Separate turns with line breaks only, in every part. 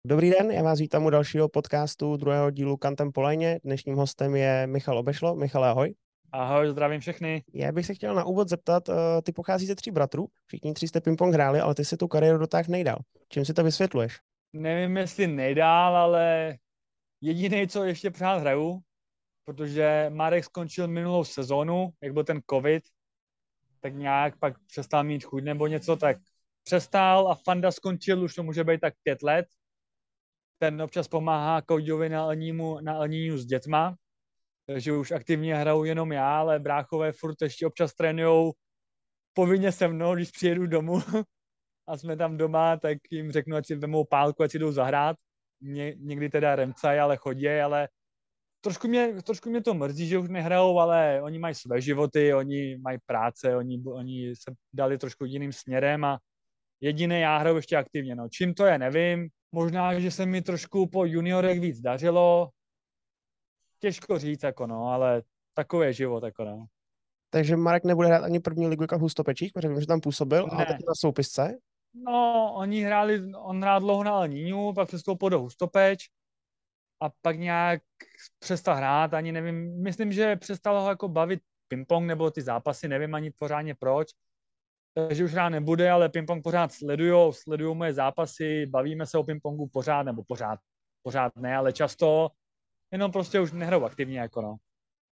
Dobrý den, já vás vítám u dalšího podcastu druhého dílu Kantem po lajně. Dnešním hostem je Michal Obešlo. Michale, ahoj.
Ahoj, zdravím všechny.
Já bych se chtěl na úvod zeptat, ty pochází ze tří bratrů, všichni tři jste ping-pong hráli, ale ty si tu kariéru dotáhl nejdál. Čím si to vysvětluješ?
Nevím, jestli nejdál, ale jediný, co ještě pořád hraju, protože Marek skončil minulou sezónu, jak byl ten covid, tak nějak pak přestal mít chuť nebo něco, tak přestal a Fanda skončil, už to může být tak 5 let. Ten občas pomáhá Kouďovi na Elnínu s dětma, takže už aktivně hraju jenom já, ale bráchové furt ještě občas trénujou povinně se mnou, když přijedu domů a jsme tam doma, tak jim řeknu, ať si vemou pálku, ať si jdou zahrát. Někdy teda remcaj, ale chodí, ale trošku mě to mrzí, že už nehrajou, ale oni mají své životy, oni mají práce, oni se dali trošku jiným směrem a jediné já hraju ještě aktivně. No. Čím to je, nevím. Možná, že se mi trošku po juniorech víc dařilo. Těžko říct, jako no, ale takový je život, jako no.
Takže Marek nebude hrát ani první ligu jako v Hustopečích, protože vím, že tam působil, a teď
Ne,
na soupisce.
no, on hrál dlouho na Elníňu, pak přestoupil do Hustopeč a pak nějak přestal hrát, ani nevím, myslím, že přestalo ho jako bavit ping-pong nebo ty zápasy, nevím ani pořádně proč, takže už hrát nebude, ale ping-pong pořád sledují moje zápasy, bavíme se o ping-pongu pořád, nebo pořád ne, ale často, jenom prostě už nehraju aktivně, jako no.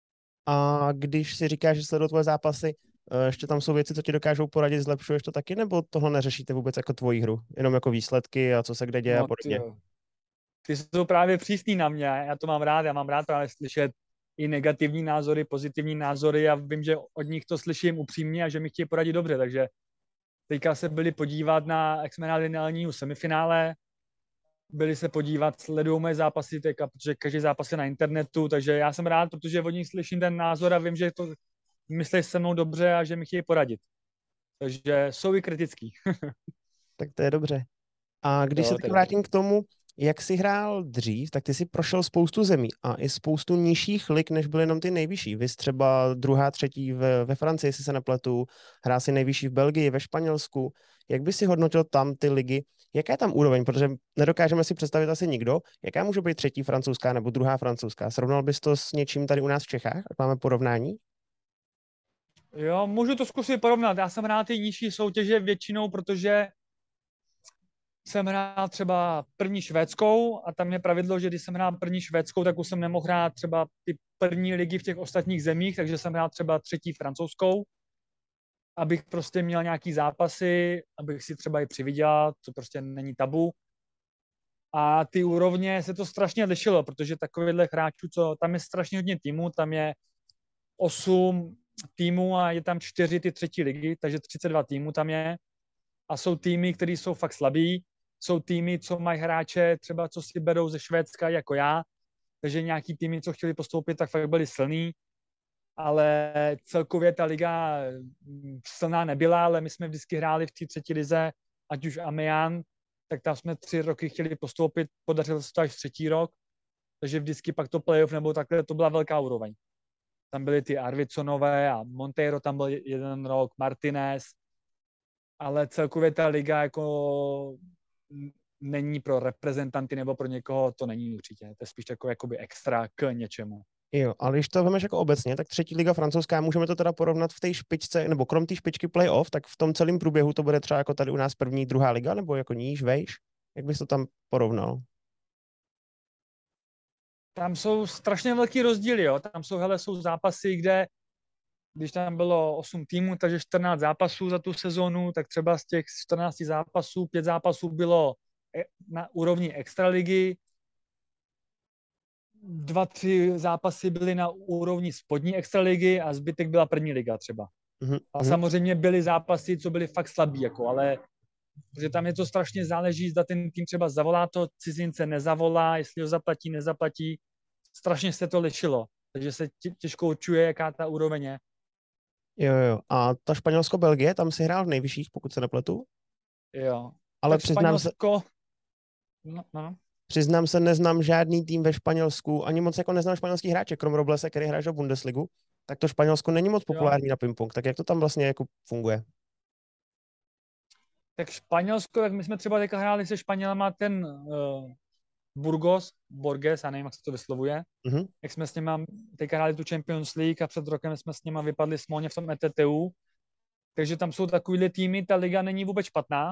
A když si říkáš, že sledují tvoje zápasy, ještě tam jsou věci, co ti dokážou poradit, zlepšuješ to taky, nebo tohle neřešíte vůbec jako tvoji hru? Jenom jako výsledky a co se kde děje a
No,
podobně.
ty jsou právě přísný na mě, já to mám rád, já mám rád právě slyšet i negativní názory, pozitivní názory a vím, že od nich to slyším upřímně a že mi chtějí poradit dobře, takže teďka se byli podívat jak jsme hráli na Elnínu semifinále, byli se podívat, sledují moje zápasy teďka, protože každý zápas je na internetu, takže já jsem rád, protože od nich slyším ten názor a vím, že to myslí se mnou dobře a že mi chtějí poradit. Takže jsou i kritický.
Tak to je dobře. A když se
Jo,
teď
to je dobrý.
vrátím k tomu, jak jsi hrál dřív, tak ty si prošel spoustu zemí a i spoustu nižších lig, než byly jenom ty nejvyšší. Vy třeba druhá, třetí ve Francii, jestli se nepletu, hrál si nejvyšší v Belgii, ve Španělsku. Jak by si hodnotil tam ty ligy? Jaká je tam úroveň? Protože nedokážeme si představit asi nikdo. Jaká může být třetí francouzská nebo druhá francouzská? Srovnal bys to s něčím tady u nás v Čechách? Ať máme porovnání?
Jo, můžu to zkusit porovnat. Já jsem hrál ty nižší soutěže většinou, protože jsem hrál třeba první švédskou a tam je pravidlo, že když jsem hrál první švédskou, tak už jsem nemohl hrát třeba ty první ligy v těch ostatních zemích, takže jsem hrál třeba třetí francouzskou, abych prostě měl nějaký zápasy, abych si třeba i přivydělal, to prostě není tabu. A ty úrovně se to strašně lišilo, protože takovýchhle hráčů, co tam je strašně hodně týmů, tam je 8 týmů a je tam 4 ty třetí ligy, takže 32 týmů tam je. A jsou týmy, které jsou fakt slabí, jsou týmy, co mají hráče třeba, co si berou ze Švédska jako já, takže nějaký týmy, co chtěli postoupit, tak fakt byli silný, ale celkově ta liga silná nebyla, ale my jsme vždycky hráli v té třetí lize, ať už Amiens, tak tam jsme 3 roky chtěli postoupit, podařilo se to až třetí rok, takže vždycky pak to playoff nebo takhle, to byla velká úroveň. Tam byly ty Arvidsonové a Monteiro tam byl jeden rok, Martinez, ale celkově ta liga jako není pro reprezentanty nebo pro někoho, to není určitě. To je spíš jako jakoby extra k něčemu.
Jo, ale když to vemeš jako obecně, tak třetí liga francouzská, můžeme to teda porovnat v té špičce, nebo krom té špičky playoff, tak v tom celém průběhu to bude třeba jako tady u nás první, druhá liga, nebo jako níž, vejš? Jak bys to tam porovnal?
Tam jsou strašně velký rozdíly, jo. Tam jsou zápasy, kde když tam bylo 8 týmů, takže 14 zápasů za tu sezonu, tak třeba z těch 14 zápasů 5 zápasů bylo na úrovni extraligy, 2, 3 zápasy byly na úrovni spodní extraligy a zbytek byla první liga třeba. A
Mm-hmm.
samozřejmě byly zápasy, co byly fakt slabý, jako, ale protože tam je to strašně záleží, zda ten tým třeba zavolá to cizince, nezavolá, jestli ho zaplatí, nezaplatí. Strašně se to lišilo, takže se těžko určuje, jaká ta úroveň je.
Jo, jo. A ta Španělsko-Belgie, tam si hrál v nejvyšších, pokud se nepletu.
Jo.
Ale
Tak Španělsko, no.
přiznám se, neznám žádný tým ve Španělsku, ani moc jako neznám španělský hráče, krom Roblese, který hraje do Bundesligu, tak to Španělsko není moc
Jo.
populární na ping-pong. Tak jak to tam vlastně jako funguje?
Tak Španělsko, jak my jsme třeba teďka hráli se Španělama ten Borges, já nevím, jak se to vyslovuje,
Mhm.
jak jsme s nima teďka hráli tu Champions League a před rokem jsme s nima vypadli smolně v tom ETTU, takže tam jsou takovýhle týmy, ta liga není vůbec špatná,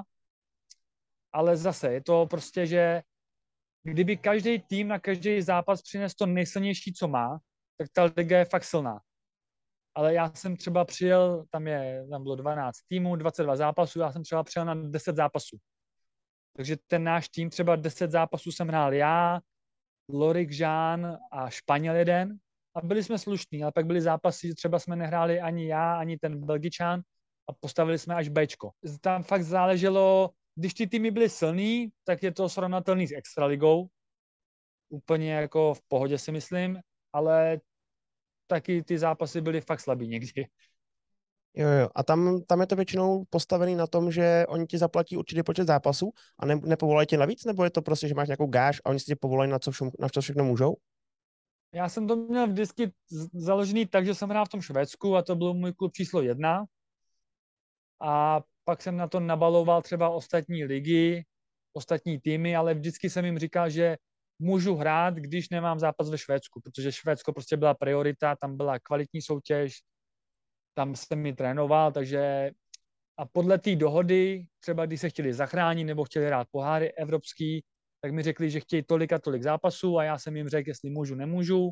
ale zase je to prostě, že kdyby každý tým na každý zápas přinesl to nejsilnější, co má, tak ta liga je fakt silná. Ale já jsem třeba přijel, tam bylo 12 týmů, 22 zápasů, já jsem třeba přijel na 10 zápasů. Takže ten náš tým, třeba 10 zápasů jsem hrál já, Lorik Žán a Španěl jeden a byli jsme slušní, ale pak byly zápasy, že třeba jsme nehráli ani já, ani ten Belgičan a postavili jsme až Bčko. Tam fakt záleželo, když ty týmy byly silný, tak je to srovnatelný s extraligou, úplně jako v pohodě si myslím, ale taky ty zápasy byly fakt slabý někdy.
Jo, jo. A tam je to většinou postavený na tom, že oni ti zaplatí určitý počet zápasů a nepovolají tě navíc, nebo je to prostě, že máš nějakou gáž a oni si tě povolají na co všechno můžou?
Já jsem to měl vždycky založený tak, že jsem hrál v tom Švédsku a to byl můj klub číslo 1 a pak jsem na to nabaloval třeba ostatní ligy, ostatní týmy, ale vždycky jsem jim říkal, že můžu hrát, když nemám zápas ve Švédsku, protože Švédsko prostě byla priorita, tam byla kvalitní soutěž, tam jsem mi trénoval, takže a podle té dohody, třeba když se chtěli zachránit nebo chtěli hrát poháry evropský, tak mi řekli, že chtějí tolik a tolik zápasů a já jsem jim řekl, jestli můžu, nemůžu.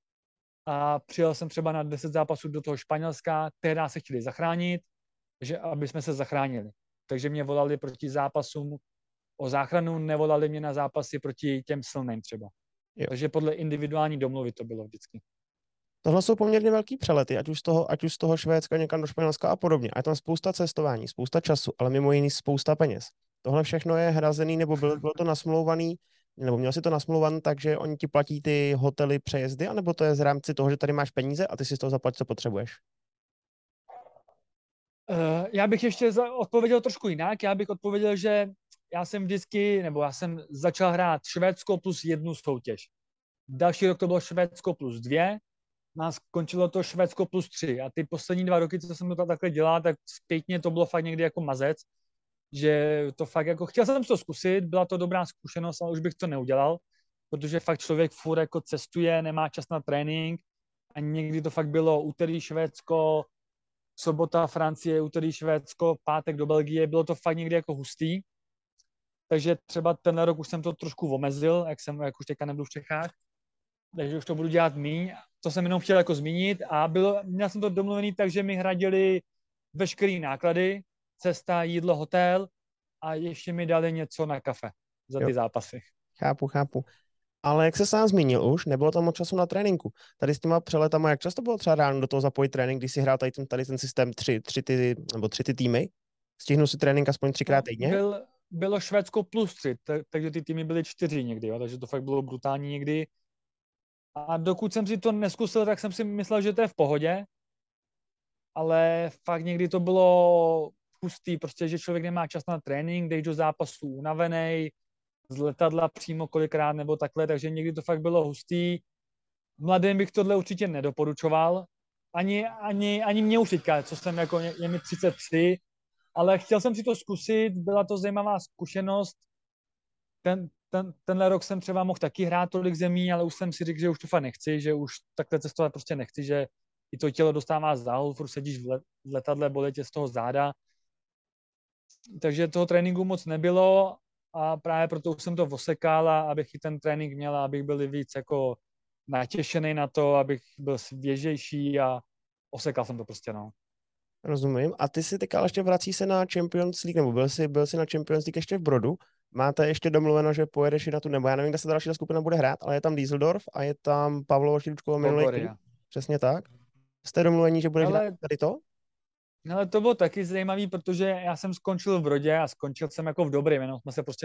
A přijel jsem třeba na 10 zápasů do toho Španělska, tehdy se chtěli zachránit, že aby jsme se zachránili. Takže mě volali proti zápasům o záchranu, nevolali mě na zápasy proti těm silným třeba.
Jo.
Takže podle individuální domluvy to bylo vždycky.
Tohle jsou poměrně velký přelety, ať už z toho Švédska někam do Španělska a podobně. A je tam spousta cestování, spousta času, ale mimo jiný spousta peněz. Tohle všechno je hrazený, nebo bylo to nasmlouvaný, nebo měl si to nasmlouvaný, takže oni ti platí ty hotely, přejezdy, anebo to je z rámci toho, že tady máš peníze a ty si z toho zaplať, co potřebuješ?
Já bych ještě odpověděl trošku jinak. Já bych odpověděl, že já jsem začal hrát Švédsko plus 1 soutěž. Další rok to bylo Švédsko plus 2, nás skončilo to Švédsko plus 3 a ty poslední 2 roky, co jsem to takhle dělal, tak zpětně to bylo fakt někdy jako mazec, že to fakt jako, chtěl jsem to zkusit, byla to dobrá zkušenost, ale už bych to neudělal, protože fakt člověk furt jako cestuje, nemá čas na trénink a někdy to fakt bylo úterý Švédsko, sobota Francie, úterý Švédsko, pátek do Belgie, bylo to fakt někdy jako hustý. Takže třeba tenhle rok už jsem to trošku omezil, jak už teďka nebudu v Čechách, takže už to budu dělat míň. To jsem jenom chtěl jako zmínit a měl jsem to domluvený tak, že mi hradili veškeré náklady, cesta, jídlo, hotel a ještě mi dali něco na kafe za ty zápasy.
Chápu. Ale jak se sám zmínil už, nebylo tam moc času na tréninku. Tady s těma přeletama, jak často bylo třeba ráno do toho zapojit trénink, když si hrál tady ten systém tři ty týmy? Stihnul si trénink aspoň 3krát týdně?
Bylo Švédsko plus 3, takže ty týmy byly 4 někdy, jo, takže to fakt bylo brutální někdy. A dokud jsem si to neskusil, tak jsem si myslel, že to je v pohodě, ale fakt někdy to bylo hustý, prostě, že člověk nemá čas na trénink, jdeš do zápasu unavený, z letadla přímo kolikrát nebo takhle, takže někdy to fakt bylo hustý. Mladým bych tohle určitě nedoporučoval, ani mě už teďka, co jsem jako, je mi 33, ale chtěl jsem si to zkusit, byla to zajímavá zkušenost. Tenhle rok jsem třeba mohl taky hrát tolik zemí, ale už jsem si řekl, že už to fakt nechci, že už takhle cestovat prostě nechci, že i to tělo dostává záhul, furt sedíš v letadle, bolí tě z toho záda. Takže toho tréninku moc nebylo a právě proto už jsem to osekal, abych i ten trénink měl, abych byl víc jako natěšený na to, abych byl svěžejší a osekal jsem to prostě, no.
Rozumím. A ty si teďka ještě vrací se na Champions League, nebo byl jsi na Champions League ještě v Brodu. Máte ještě domluveno, že pojedeš i na tu, nebo já nevím, kde se další ta skupina bude hrát, ale je tam Düsseldorf a je tam Pavlovo Štědručkovo minulý klub. Přesně tak. Jste domluvení, že budeš hrát tady to?
Ale to bylo taky zajímavé, protože já jsem skončil v Brodě a skončil jsem jako v dobrým, jenom jsme se prostě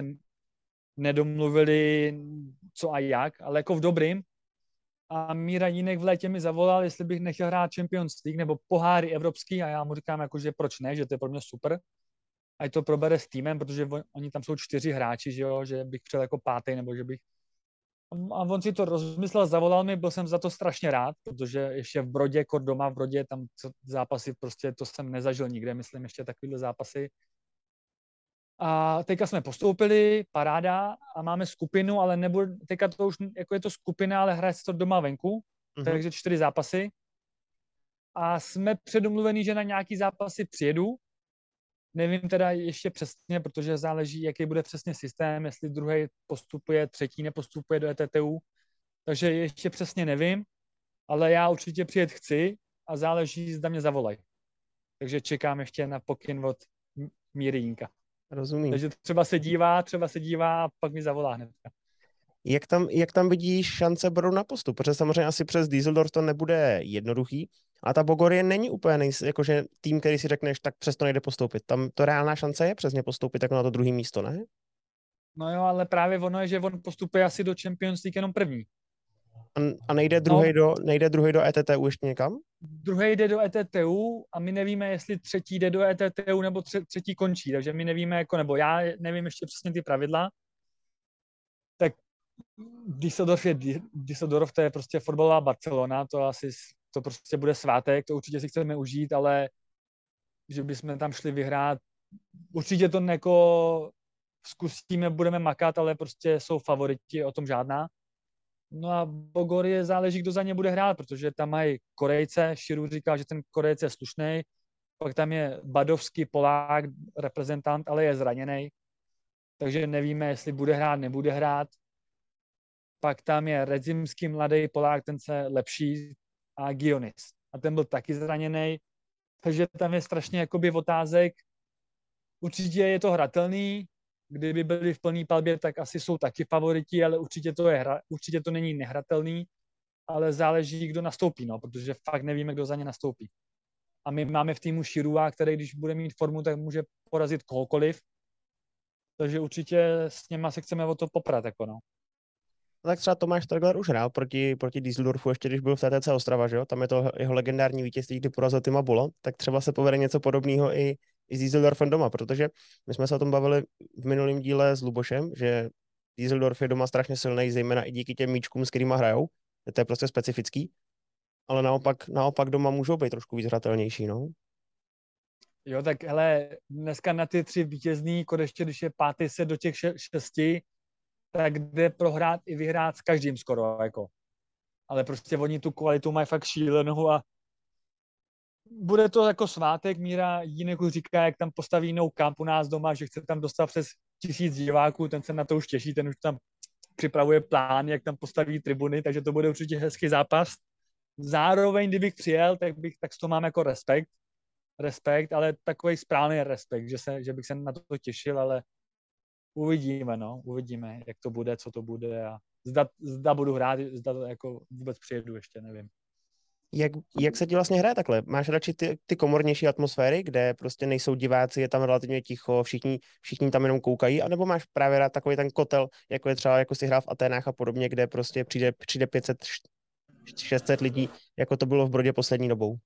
nedomluvili co a jak, ale jako v dobrým. A Míra Jínek v létě mi zavolal, jestli bych nechtěl hrát Champions League nebo poháry evropský a já mu říkám, jako, že proč ne, že to je pro mě super. Ať to probere s týmem, protože oni tam jsou 4 hráči, že jo, že bych přijel jako 5. nebo že bych... A on si to rozmyslel, zavolal mi, byl jsem za to strašně rád, protože ještě v Brodě, doma v Brodě, tam zápasy prostě, to jsem nezažil nikde, myslím, ještě takovýhle zápasy. A teďka jsme postoupili, paráda, a máme skupinu, ale nebude, teďka to už, jako je to skupina, ale hraje se to doma venku, takže 4 zápasy. A jsme předomluvení, že na nějaký zápasy přijedu. Nevím teda ještě přesně, protože záleží, jaký bude přesně systém, jestli druhý postupuje, třetí nepostupuje do ETTU. Takže ještě přesně nevím, ale já určitě přijet chci a záleží, zda mě zavolají. Takže čekám ještě na pokyn od Míry Jínka.
Rozumím.
Takže třeba se dívá a pak mi zavolá hned.
Jak tam vidíš šance Boru na postup? Protože samozřejmě asi přes Düsseldorf to nebude jednoduchý, a ta Bogorie není úplně jakože tým, který si řekneš, tak přesto nejde postoupit. Tam to reálná šance je přesně postoupit jako na to druhé místo, ne?
No jo, ale právě ono je, že on postupuje asi do Champions League jenom první.
A nejde druhý do ETTU ještě někam?
Druhý jde do ETTU a my nevíme, jestli třetí jde do ETTU nebo třetí končí, takže my nevíme, jako, nebo já nevím ještě přesně ty pravidla. Tak Düsseldorf to je prostě fotbalová Barcelona, to prostě bude svátek, to určitě si chceme užít, ale že bychom tam šli vyhrát, určitě to jako zkusíme, budeme makat, ale prostě jsou favoriti, o tom žádná. No a Bogorie záleží, kdo za ně bude hrát, protože tam mají Korejce, Širu říká, že ten Korejec je slušný, pak tam je Badovský Polák, reprezentant, ale je zraněný, takže nevíme, jestli bude hrát, nebude hrát. Pak tam je Redzimský mladý Polák, ten se lepší, a Gionis. A ten byl taky zraněný, takže tam je strašně jakoby otázek. Určitě je to hratelný, kdyby byli v plný palbě, tak asi jsou taky favoriti, ale určitě to není nehratelný, ale záleží, kdo nastoupí, no, protože fakt nevíme, kdo za ně nastoupí. A my máme v týmu Shirua, který když bude mít formu, tak může porazit kohokoliv, takže určitě s něma se chceme o to poprat, jako no.
No tak třeba Tomáš Strgler už hrál proti Düsseldorfu, ještě když byl v TTC Ostrava, že jo? Tam je to jeho legendární vítězství, kdy porazil Tima Bula, tak třeba se povede něco podobného i s Düsseldorfem doma, protože my jsme se o tom bavili v minulém díle s Lubošem, že Düsseldorf je doma strašně silný, zejména i díky těm míčkům, s kterýma hrajou. To je prostě specifický, ale naopak doma můžou být trošku víc hratelnější, no.
Jo, tak hele, dneska na ty 3 vítězný, ještě když je 5. set do těch 6, tak jde prohrát i vyhrát s každým skoro, jako. Ale prostě oni tu kvalitu mají fakt šílenou a bude to jako svátek. Míra Jínek už říká, jak tam postaví jinou kamp u nás doma, že chce tam dostat přes 1000 diváků, ten se na to už těší, ten už tam připravuje plán, jak tam postaví tribuny, takže to bude určitě hezký zápas. Zároveň, kdybych přijel, tak z toho mám jako respekt, ale takový správný respekt, že bych se na to těšil, ale uvidíme, jak to bude, co to bude a zda budu hrát, zda jako vůbec přijedu ještě, nevím.
Jak se ti vlastně hraje takhle? Máš radši ty komornější atmosféry, kde prostě nejsou diváci, je tam relativně ticho, všichni tam jenom koukají, anebo máš právě rád takový ten kotel, jako je třeba, jako si hrál v Aténách a podobně, kde prostě přijde 500, 600 lidí, jako to bylo v Brodě poslední dobou?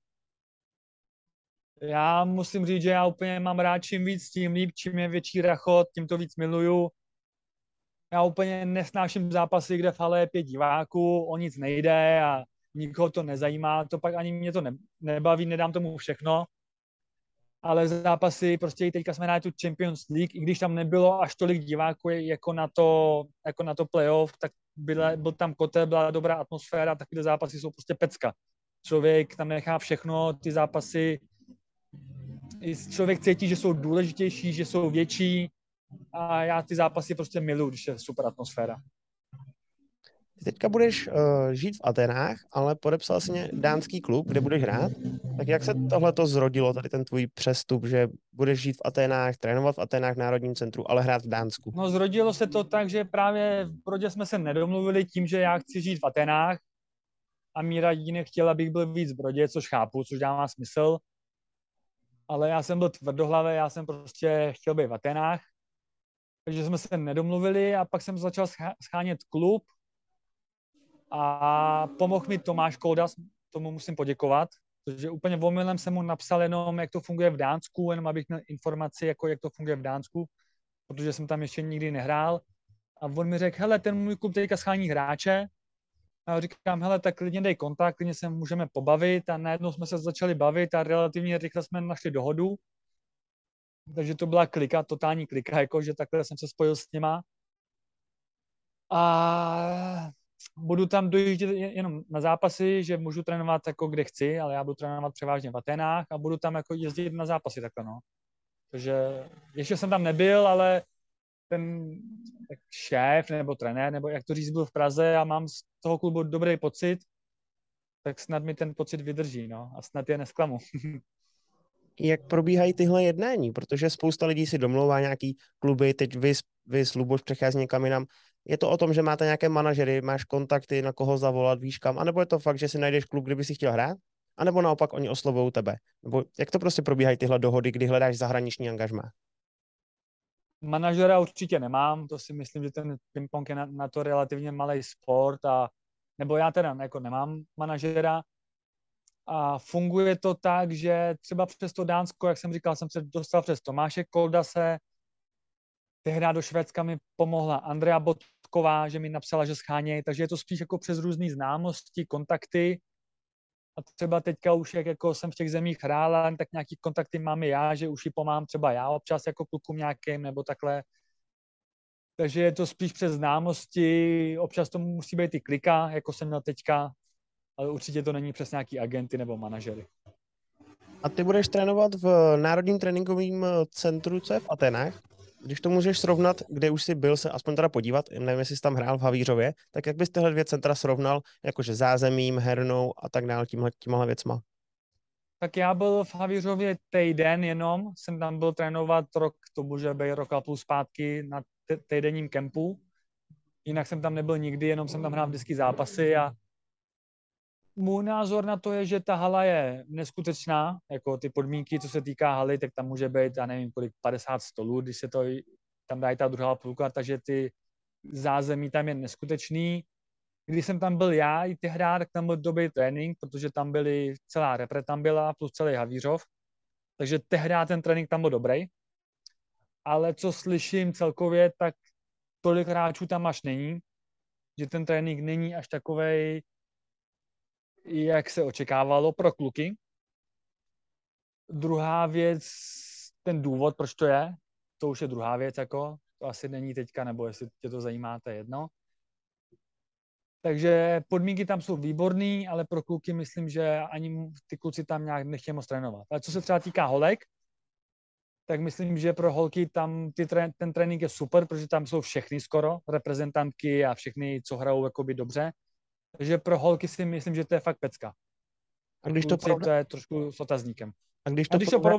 Já musím říct, že já úplně mám rád čím víc, tím líp, čím je větší rachot, tím to víc miluju. Já úplně nesnáším zápasy, kde v hale je 5 diváků, o nic nejde a nikoho to nezajímá, to pak ani mě to nebaví, nedám tomu všechno. Ale zápasy, prostě i teďka jsme hráli tu Champions League, i když tam nebylo až tolik diváků jako na to playoff, tak byl tam kotel, byla dobrá atmosféra, takové zápasy jsou prostě pecka. Člověk tam nechá všechno, ty zápasy, člověk cítí, že jsou důležitější, že jsou větší a já ty zápasy prostě miluji, když je super atmosféra.
Ty teďka budeš žít v Atenách, ale podepsal jsi dánský klub, kde budeš hrát. Tak jak se tohleto zrodilo, tady ten tvůj přestup, že budeš žít v Atenách, trénovat v Atenách v Národním centru, ale hrát v Dánsku?
No zrodilo se to tak, že právě v Brodě jsme se nedomluvili tím, že já chci žít v Atenách a Míra Jínek chtěla, abych byl víc v Brodě, což chápu, což dává smysl. Ale já jsem byl tvrdohlavý, já jsem prostě chtěl být v Atenách. Takže jsme se nedomluvili a pak jsem začal schánět klub a pomohl mi Tomáš Koldas, tomu musím poděkovat, protože úplně omylem jsem mu napsal jenom, jak to funguje v Dánsku, jenom abych měl informaci, jako jak to funguje v Dánsku, protože jsem tam ještě nikdy nehrál. A on mi řekl, hele, ten můj klub teďka schání hráče. A já říkám, hele, tak klidně dej kontakt, klidně se můžeme pobavit a najednou jsme se začali bavit a relativně rychle jsme našli dohodu. Takže to byla klika, totální klika, jako, že takhle jsem se spojil s nima. A budu tam dojíždět jenom na zápasy, že můžu trénovat jako kde chci, ale já budu trénovat převážně v Aténách a budu tam jako jezdit na zápasy takhle, no. Takže ještě jsem tam nebyl, ale ten šéf nebo trenér, nebo jak to říct, byl v Praze a mám z toho klubu dobrý pocit, tak snad mi ten pocit vydrží, no. A snad je nesklamu.
Jak probíhají tyhle jednání? Protože spousta lidí si domlouvá nějaký kluby, teď vy s Luboš přechází někam jinam. Je to o tom, že máte nějaké manažery, máš kontakty, na koho zavolat, víš kam, anebo je to fakt, že si najdeš klub, kdyby si chtěl hrát, anebo naopak oni oslovují tebe? Nebo jak to prostě probíhají tyhle dohody, kdy hledáš zahraniční angažmá?
Manažera určitě nemám, to si myslím, že ten ping-pong je na to relativně malý sport nebo já teda jako nemám manažera a funguje to tak, že třeba přes to Dánsko, jak jsem říkal, jsem se dostal přes Tomáše Koldase, tehdy do Švédska mi pomohla Andrea Bodková, že mi napsala, že schánějí, takže je to spíš jako přes různé známosti, kontakty a třeba teďka už jak jako jsem v těch zemích hrál, tak nějaký kontakty mám i já, že už ji pomáhám třeba já občas jako klukům nějakým nebo takhle. Takže je to spíš přes známosti, občas to musí být i klika, jako jsem měl teďka, ale určitě to není přes nějaký agenty nebo manažery.
A ty budeš trénovat v Národním tréninkovém centru, co je v Atenách? Když to můžeš srovnat, kde už jsi byl se aspoň teda podívat, nevím, jestli jsi tam hrál v Havířově, tak jak bys tyhle dvě centra srovnal, jakože zázemím, hernou a tak dále, tímhle věcma?
Tak já byl v Havířově týden jenom, jsem tam byl trénovat rok, to může být rok a půl zpátky na týdenním kempu. Jinak jsem tam nebyl nikdy, jenom jsem tam hrál vždycky zápasy a můj názor na to je, že ta hala je neskutečná, jako ty podmínky, co se týká haly, tak tam může být, já nevím kolik, 50 stolů, když se to tam dají ta druhá půlka, takže ty zázemí tam je neskutečný. Když jsem tam byl já i ty hrát, tak tam byl dobrý trénink, protože tam byly celá repre tam byla, plus celý Havířov, takže tehdy ten trénink tam byl dobrý. Ale co slyším celkově, tak tolik hráčů tam až není, že ten trénink není až takovej, jak se očekávalo pro kluky. Druhá věc, ten důvod, proč to už je druhá věc, jako, to asi není teďka, nebo jestli tě to zajímá, to je jedno. Takže podmínky tam jsou výborný, ale pro kluky myslím, že ani ty kluci tam nějak nechtějí moc trénovat. Ale co se třeba týká holek, tak myslím, že pro holky tam ten trénink je super, protože tam jsou všechny skoro, reprezentantky a všechny, co hrajou jakoby dobře. Takže pro holky si myslím, že to je fakt pecka.
A když
kluci, to je trošku s otazníkem.
A když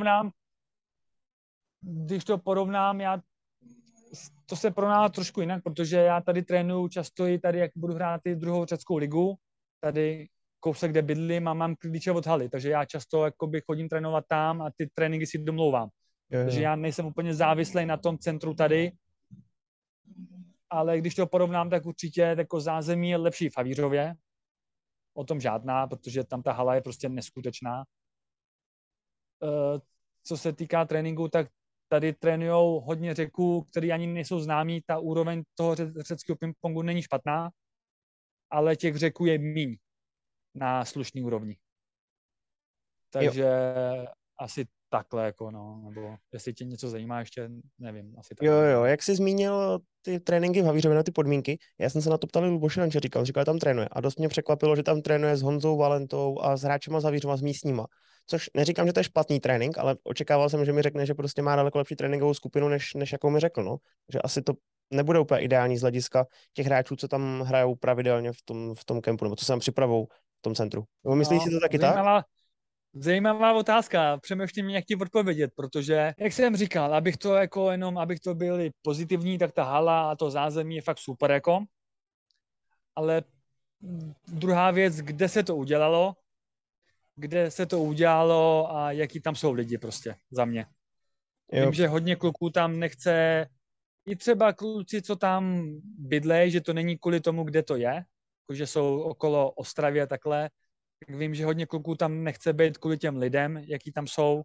to porovnám, to se porovná trošku jinak, protože já tady trénuju často i tady, jak budu hrát i druhou řeckou ligu, tady kousek, kde bydlím a mám klíče od haly, takže já často jakoby chodím trénovat tam a ty tréninky si domlouvám. Jo. Takže já nejsem úplně závislý na tom centru tady, ale když to porovnám, tak určitě jako zázemí je lepší v Havířově. O tom žádná, protože tam ta hala je prostě neskutečná. Co se týká tréninku, tak tady trénujou hodně Řeků, který ani nejsou známí. Ta úroveň toho řeckého pingpongu není špatná, ale těch Řeků je míň na slušný úrovni. Takže asi takhle, jako no, nebo jestli tě něco zajímá, ještě nevím. Asi takhle.
Jo, jak jsi zmínil ty tréninky v Havířově na ty podmínky, já jsem se na to ptal Luboše, že říkal, že tam trénuje a dost mě překvapilo, že tam trénuje s Honzou Valentou a s hráčema z Havířova, s místníma. Což neříkám, že to je špatný trénink, ale očekával jsem, že mi řekne, že prostě má daleko lepší tréninkovou skupinu, než jakou mi řekl, no. Že asi to nebude úplně ideální z hlediska těch hráčů, co tam hrajou pravidelně v tom kempu, nebo co se tam připravou v tom centru. Nebo myslíš si to taky tak?
Zajímavá otázka, přemýšlím, jak ti odpovědět, protože, jak jsem říkal, abych to byli pozitivní, tak ta hala a to zázemí je fakt super, jako. Ale druhá věc, kde se to udělalo a jaký tam jsou lidi prostě za mě. Jo. Vím, že hodně kluků tam nechce, i třeba kluci, co tam bydlej, že to není kvůli tomu, kde to je, že jsou okolo Ostravy a takhle, tak vím, že hodně kluků tam nechce být kvůli těm lidem, jaký tam jsou.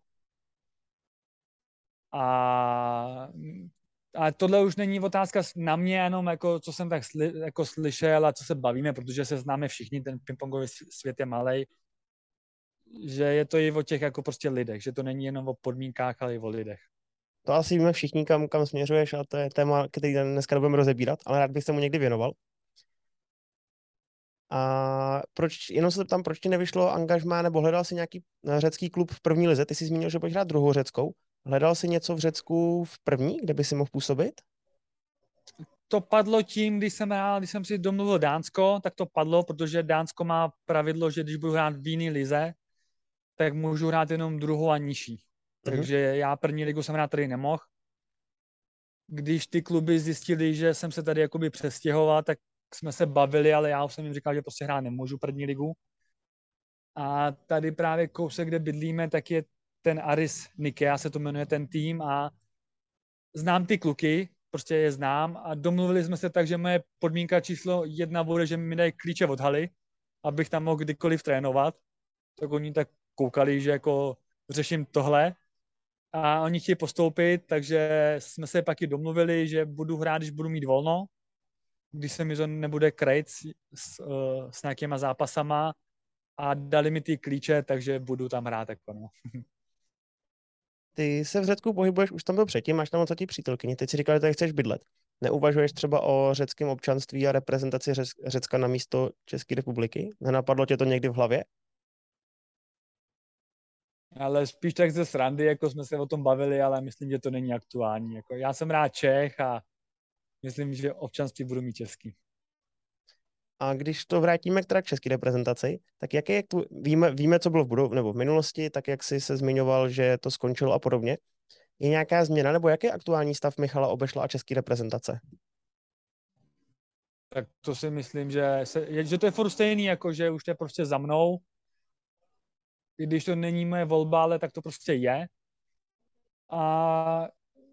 A tohle už není otázka na mě, jenom jako, co jsem tak jako slyšel a co se bavíme, protože se známe všichni, ten pingpongový svět je malej, že je to i o těch jako prostě lidech, že to není jenom o podmínkách, ale i o lidech.
To asi víme všichni, kam směřuješ, a to je téma, který dneska nebudeme rozebírat, ale rád bych se mu někdy věnoval. A jenom se tam, proč ti nevyšlo angažmá, nebo hledal si nějaký řecký klub v první lize? Ty jsi zmínil, že budeš hrát druhou řeckou. Hledal jsi něco v Řecku v první, kde by si mohl působit?
To padlo tím, když jsem si domluvil Dánsko, tak to padlo, protože Dánsko má pravidlo, že když budu hrát v jiný lize, tak můžu hrát jenom druhou a nižší.
Mhm.
Takže já první ligu jsem hrát tady nemohl. Když ty kluby zjistili, že jsem se tady jakoby přestěhoval, tak jsme se bavili, ale já už jsem jim říkal, že prostě hrát nemůžu první ligu. A tady právě kousek, kde bydlíme, tak je ten Aris Nikea, se to jmenuje ten tým, a znám ty kluky, prostě je znám, a domluvili jsme se tak, že moje podmínka číslo 1 bude, že mi dají klíče od haly, abych tam mohl kdykoliv trénovat. Tak oni tak koukali, že jako řeším tohle, a oni chtějí postoupit, takže jsme se pak i domluvili, že budu hrát, když budu mít volno, když se mi to nebude krejt s nějakýma zápasama, a dali mi ty klíče, takže budu tam hrát. Jako no.
Ty se v Řecku pohybuješ, už tam byl předtím, máš tam moc ti přítelkyni, teď si říkal, že tady chceš bydlet. Neuvažuješ třeba o řeckém občanství a reprezentaci Řecka na místo České republiky? Nenapadlo tě to někdy v hlavě?
Ale spíš tak ze srandy, jako jsme se o tom bavili, ale myslím, že to není aktuální. Jako já jsem rád Čech a myslím, že občanství budu mít český.
A když to vrátíme k teda k české reprezentaci, tak jaký je víme, co bylo nebo v minulosti, tak jak jsi se zmiňoval, že to skončilo a podobně. Je nějaká změna, nebo jaký je aktuální stav Michala Obešla a české reprezentace?
Tak to si myslím, že to je furt stejný, jako že už to je prostě za mnou. I když to není moje volba, ale tak to prostě je. A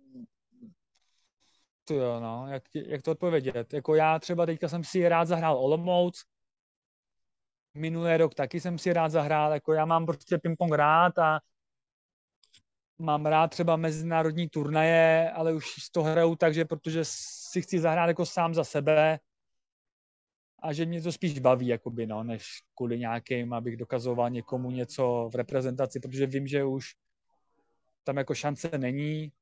to jo, no, jak to odpovědět? Jako já třeba teďka jsem si rád zahrál Olomouc, minulý rok taky jsem si rád zahrál, jako já mám prostě ping-pong rád a mám rád třeba mezinárodní turnaje, ale už to hraju tak, že protože si chci zahrát jako sám za sebe a že mě to spíš baví, jakoby, no, než kvůli nějakým, abych dokazoval někomu něco v reprezentaci, protože vím, že už tam jako šance není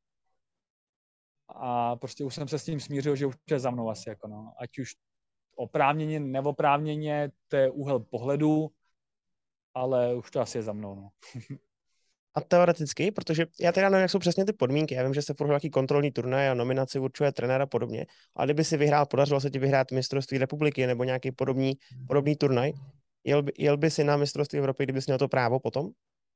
a prostě už jsem se s tím smířil, že už je za mnou asi, jako no. Ať už oprávněně, neoprávněně, to je úhel pohledu, ale už to asi je za mnou, no.
A teoreticky, protože já teda nevím, jak jsou přesně ty podmínky. Já vím, že se furt nějaký kontrolní turnaj a nominaci určuje trenér a podobně. Ale kdyby si podařilo se ti vyhrát mistrovství republiky nebo nějaký podobný turnaj, jel by si na mistrovství Evropy, kdybys měl to právo potom?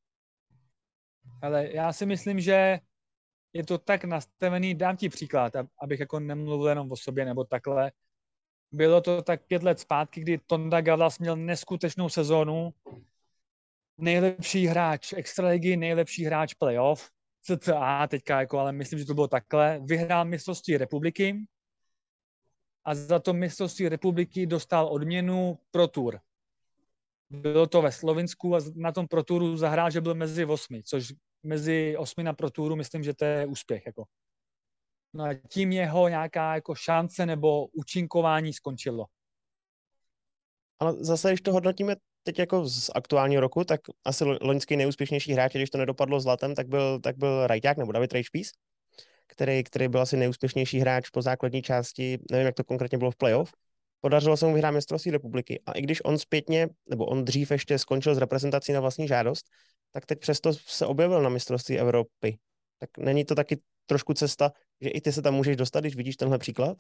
Ale já si myslím, že je to tak nastavený, dám ti příklad, abych jako nemluvil jenom o sobě nebo takhle. Bylo to tak 5 let zpátky, kdy Tonda Gavlas měl neskutečnou sezónu, nejlepší hráč extraligy, nejlepší hráč playoff, cca teďka, jako, ale myslím, že to bylo takhle. Vyhrál mistrovství republiky a za to mistrovství republiky dostal odměnu Pro Tour. Bylo to ve Slovinsku a na tom Pro Touru zahrál, že byl mezi 8, což mezi 8 na Pro Touru myslím, že to je úspěch. Jako. No a tím jeho nějaká jako šance nebo účinkování skončilo.
Ale zase, když to hodnotíme teď jako z aktuálního roku, tak asi loňský nejúspěšnější hráč, když to nedopadlo zlatem, tak byl Rajťák nebo David Rejšpís, který byl asi nejúspěšnější hráč po základní části, nevím, jak to konkrétně bylo v playoff. Podařilo se mu vyhrát mistrovství republiky. A i když on zpětně, nebo on dřív ještě skončil s reprezentací na vlastní žádost, tak teď přesto se objevil na mistrovství Evropy. Tak není to taky trošku cesta, že i ty se tam můžeš dostat, když vidíš tenhle příklad?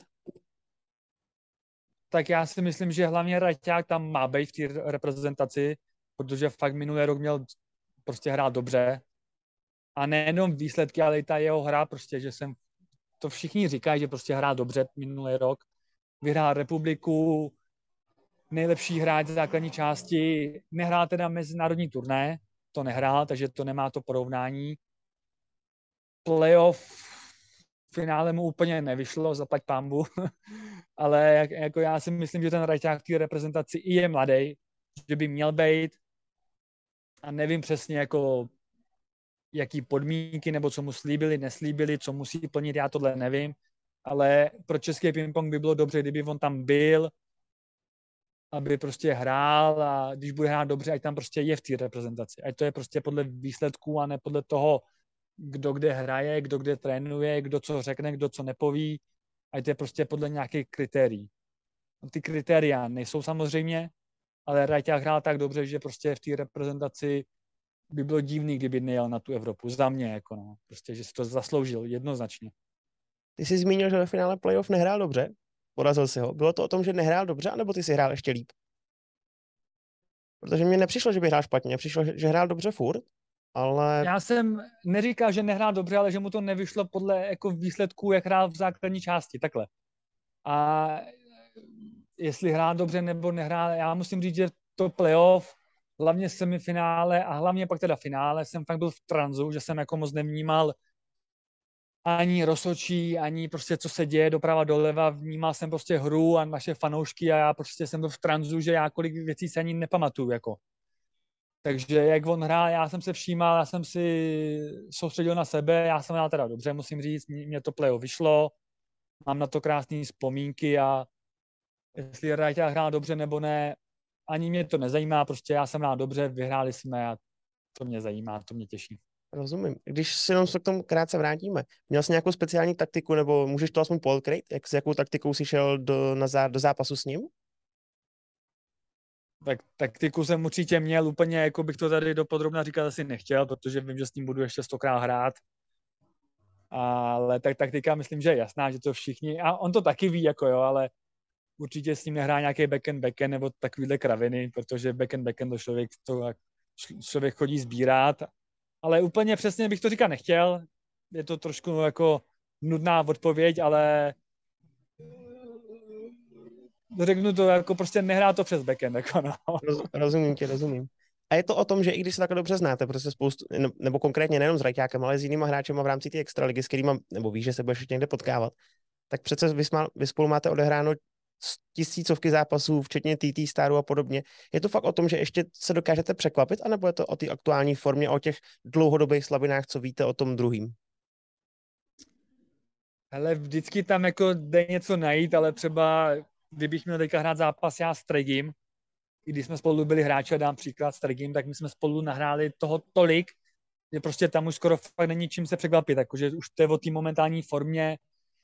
Tak já si myslím, že hlavně Raťák tam má být v té reprezentaci, protože fakt minulý rok měl prostě hrát dobře. A nejenom výsledky, ale i ta jeho hra, prostě, že to všichni říkají, že prostě hrá dobře minulý rok. Vyhrál republiku, nejlepší hráč z základní části, nehrál teda mezinárodní turné, to nehrál, takže to nemá to porovnání. Playoff v finále mu úplně nevyšlo, zaplať pambu, ale jako já si myslím, že ten Rajťák v té reprezentaci i je mladý, že by měl být a nevím přesně jako jaký podmínky nebo co mu slíbili, neslíbili, co musí plnit, já tohle nevím, ale pro český ping-pong by bylo dobře, kdyby on tam byl, aby prostě hrál a když bude hrát dobře, ať tam prostě je v té reprezentaci. Ať to je prostě podle výsledků a ne podle toho, kdo kde hraje, kdo kde trénuje, kdo co řekne, kdo co nepoví. A to je prostě podle nějakých kritérií. No, ty kritéria nejsou samozřejmě, ale Rajťák hrál tak dobře, že prostě v té reprezentaci by bylo divný, kdyby nejel na tu Evropu. Za mě, jako no. Prostě, že si to zasloužil jednoznačně.
Ty jsi zmínil, že ve finále playoff nehrál dobře. Porazil si ho. Bylo to o tom, že nehrál dobře, anebo ty si hrál ještě líp? Protože mně nepřišlo, že by hrál špatně. Mně přišlo, že hrál dobře furt, ale
Já jsem neříkal, že nehrál dobře, ale že mu to nevyšlo podle jako výsledků, jak hrál v základní části, takhle. A jestli hrál dobře nebo nehrál, já musím říct, že to playoff, hlavně semifinále a hlavně pak teda finále, jsem fakt byl v tranzu, že jsem jako moc nevnímal ani rozhodčí, ani prostě co se děje doprava doleva, vnímal jsem prostě hru a naše fanoušky a já prostě jsem byl v tranzu, že já kolik věcí se ani nepamatuju, jako. Takže jak on hrál, já jsem se všímal, já jsem si soustředil na sebe, já jsem hrál teda dobře, musím říct, mě to playoff vyšlo, mám na to krásné vzpomínky a jestli Rajťák hrál dobře nebo ne, ani mě to nezajímá, prostě já jsem hrál dobře, vyhráli jsme a to mě zajímá, to mě těší.
rozumím. Když si jenom se k tomu krátce vrátíme, měl jsi nějakou speciální taktiku, nebo můžeš to aspoň polkryt, s jakou taktikou jsi šel do zápasu s ním?
Tak taktiku jsem určitě měl, úplně jako bych to tady dopodrobna říkat asi nechtěl, protože vím, že s ním budu ještě 100krát hrát. Ale tak taktika myslím, že je jasná, že to všichni, a on to taky ví, jako jo, ale určitě s ním nehrá nějaký backend nebo takovýhle kraviny, protože backend člověk chodí sbírat, ale úplně přesně bych to říkat nechtěl, je to trošku jako nudná odpověď, ale řeknu to jako prostě nehrá to přes backend, jako no.
Rozumím tě, rozumím. A je to o tom, že i když se takhle dobře znáte, prostě spoustu, nebo konkrétně nejenom s Rajťákem, ale s jinýma hráčema v rámci té extraligy, s kterými, nebo víš, že se budeš někde potkávat, tak přece vy spolu máte odehráno tisícovky zápasů, včetně TT Staru a podobně. Je to fakt o tom, že ještě se dokážete překvapit, anebo je to o té aktuální formě, o těch dlouhodobých slabinách, co víte o tom druhým?
Hele, vždycky tam jako jde něco najít, ale třeba kdybych měl teďka hrát zápas já s Tregim, i když jsme spolu byli hráči, a dám příklad s Tregim, tak my jsme spolu nahráli toho tolik, že prostě tam už skoro fakt není čím se překvapit, jakože už to je o té momentální formě.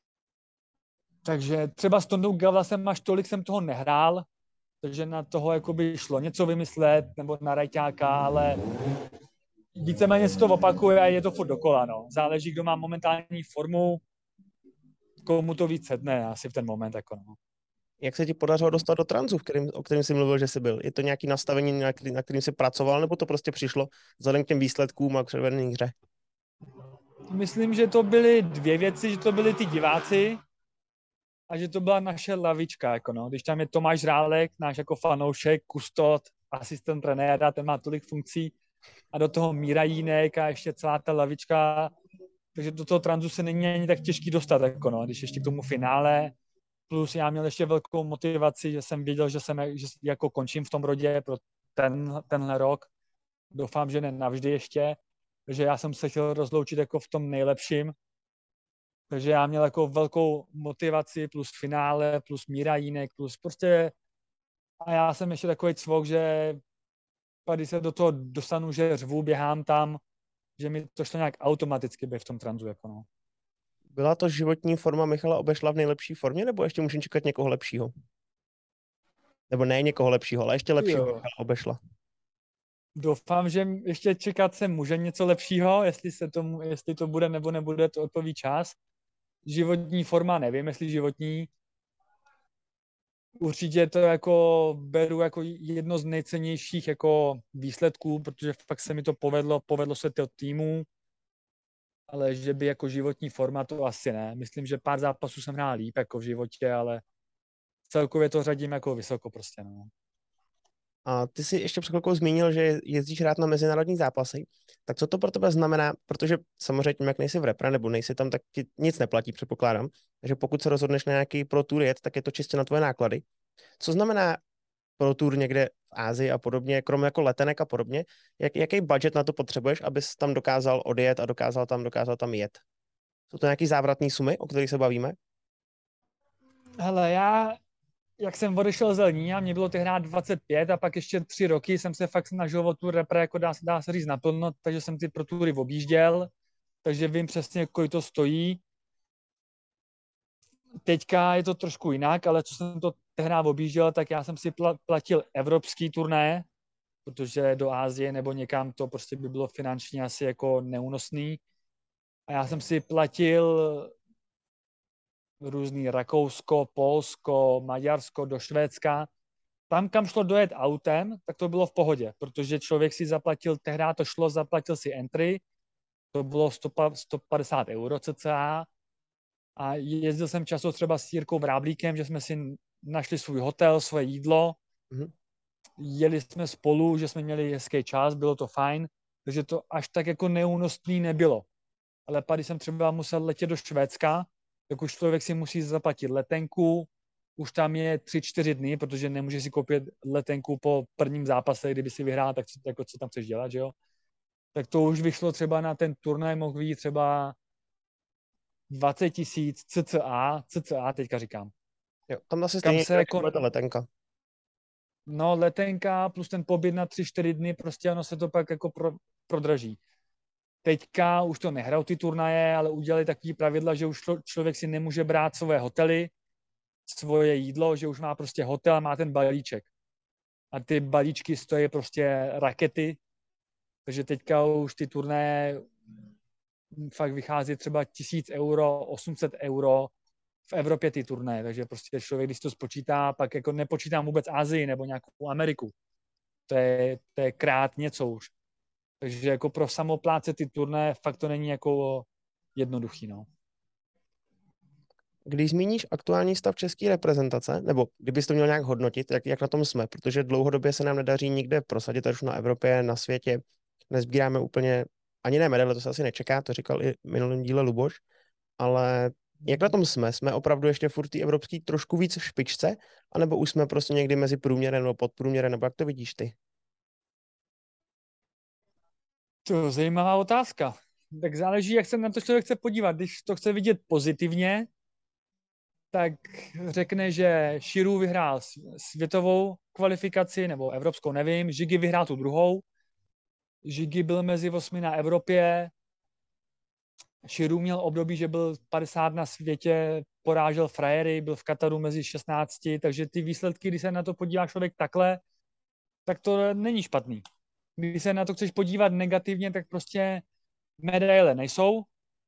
Takže třeba s Tondou Gavlasem až tolik jsem toho nehrál, takže na toho jako by šlo něco vymyslet, nebo na Rajťáka, ale víceméně se to opakuje a je to furt dokola, no. Záleží, kdo má momentální formu, komu to víc sedne asi v ten moment, jako no.
Jak se ti podařilo dostat do tranzu, o kterém jsi mluvil, že jsi byl? Je to nějaké nastavení, na kterým jsi pracoval, nebo to prostě přišlo vzhledem k těm výsledkům a k předvedené hře?
Myslím, že to byly dvě věci, že to byli ty diváci a že to byla naše lavička, jako no. Když tam je Tomáš Řálek, náš jako fanoušek, kustot, asistent trenéra, ten má tolik funkcí, a do toho Míra Jínek a ještě celá ta lavička, takže do toho tranzu se není ani tak těžký dostat, jako no, když ještě k tomu finále, plus já měl ještě velkou motivaci, že jsem věděl, že jako končím v tom rodě pro tenhle rok, doufám, že ne navždy ještě, takže já jsem se chtěl rozloučit jako v tom nejlepším, takže já měl jako velkou motivaci plus finále, plus Míra Jínek, plus prostě a já jsem ještě takový cvok, že když se do toho dostanu, že řvu, běhám tam, že mi to šlo nějak automaticky být v tom tranzu. Jako no.
Byla to životní forma Michala Obešla v nejlepší formě, nebo ještě můžeme čekat někoho lepšího? Nebo ne někoho lepšího, ale ještě lepšího Michala Obešla.
Doufám, že ještě čekat se může něco lepšího, jestli to bude nebo nebude, to odpoví čas. Životní forma, nevím, jestli životní. Určitě to jako beru jako jedno z nejcennějších jako výsledků, protože fakt se mi to povedlo se to týmu, ale že by jako životní forma, to asi ne. Myslím, že pár zápasů jsem hrál líp jako v životě, ale celkově to řadím jako vysoko prostě, no.
A ty jsi ještě před chvilkou zmínil, že jezdíš rád na mezinárodní zápasy. Tak co to pro tebe znamená? Protože samozřejmě, jak nejsi v repre nebo nejsi tam, tak ti nic neplatí, předpokládám. Takže pokud se rozhodneš na nějaký pro tour jet, tak je to čistě na tvoje náklady. Co znamená pro tour někde v Ázii a podobně, kromě jako letenek a podobně? Jaký budget na to potřebuješ, abys tam dokázal odjet a dokázal tam jet? Jsou to nějaký závratné sumy, o kterých se bavíme?
Hele, jak jsem odešel z Elnína, mě bylo tehdy 25 a pak ještě 3 roky jsem se fakt snažil o tu repre, jako dá se říct naplno, takže jsem ty pro tury objížděl. takže vím přesně, kolik to stojí. Teďka je to trošku jinak, ale co jsem to tehdy objížděl, tak já jsem si platil evropský turné, protože do Asie nebo někam to prostě by bylo finančně asi jako neúnosný. A já jsem si platil různý Rakousko, Polsko, Maďarsko, do Švédska. Tam, kam šlo dojet autem, tak to bylo v pohodě, protože člověk si zaplatil, tehdy to šlo, zaplatil si entry, to bylo 150 euro cca a jezdil jsem často třeba s Jirkou Vráblíkem, že jsme si našli svůj hotel, svoje jídlo, jeli jsme spolu, že jsme měli hezký čas, bylo to fajn, takže to až tak jako neúnosný nebylo. Ale pak, když jsem třeba musel letět do Švédska, tak už člověk si musí zaplatit letenku, už tam je 3-4 dny, protože nemůže si koupit letenku po prvním zápase, kdyby si vyhrál, tak jako, co tam chceš dělat, že jo? Tak to už vyšlo třeba na ten turnaj, mohl být třeba 20 000 cca, teďka říkám.
Jo, tam asi
Kam
stejně
se jako,
bude ta letenka.
no letenka plus ten pobyt na 3-4 dny, prostě ono se to pak jako prodraží. Teďka už to nehrajou ty turnaje, ale udělali takový pravidla, že už člověk si nemůže brát svoje hotely, svoje jídlo, že už má prostě hotel a má ten balíček. A ty balíčky stojí prostě rakety, takže teďka už ty turnaje fakt vychází třeba 1000 euro, 800 euro v Evropě ty turnaje, takže prostě člověk, když to spočítá, pak jako nepočítám vůbec Asii nebo nějakou Ameriku. To je krát něco už. Takže jako pro samopláce ty turnaje fakt to není jako jednoduchý, no.
Když zmíníš aktuální stav české reprezentace, nebo kdybys to měl nějak hodnotit, jak na tom jsme, protože dlouhodobě se nám nedaří nikde prosadit, až na Evropě, na světě, nezbíráme úplně ani ne medaile, to se asi nečeká, to říkal i v minulém díle Luboš, ale jak na tom jsme? Jsme opravdu ještě furt té evropský trošku víc v špičce, anebo už jsme prostě někdy mezi průměrem nebo podprůměrem, nebo jak to vidíš ty?
To je zajímavá otázka. Tak záleží, jak se na to člověk chce podívat. Když to chce vidět pozitivně, tak řekne, že Širu vyhrál světovou kvalifikaci, nebo evropskou, nevím. Žigi vyhrál tu druhou. Žigi byl mezi 8 na Evropě. Širu měl období, že byl 50 na světě, porážel frajery, byl v Kataru mezi 16, takže ty výsledky, když se na to podívá člověk takhle, tak to není špatný. Když se na to chceš podívat negativně, tak prostě medaile nejsou.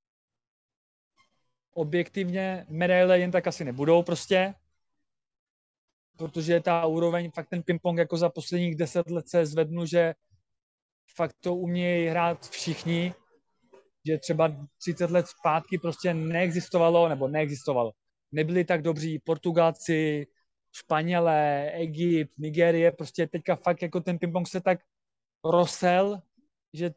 Objektivně medaile jen tak asi nebudou prostě, protože ta úroveň, fakt ten ping-pong jako za posledních 10 let se zvednu, že fakt to umějí hrát všichni, že třeba 30 let zpátky prostě neexistovalo. Nebyli tak dobří Portugalci, Španělé, Egypt, Nigérie, prostě teďka fakt jako ten ping-pong se tak rozsel, že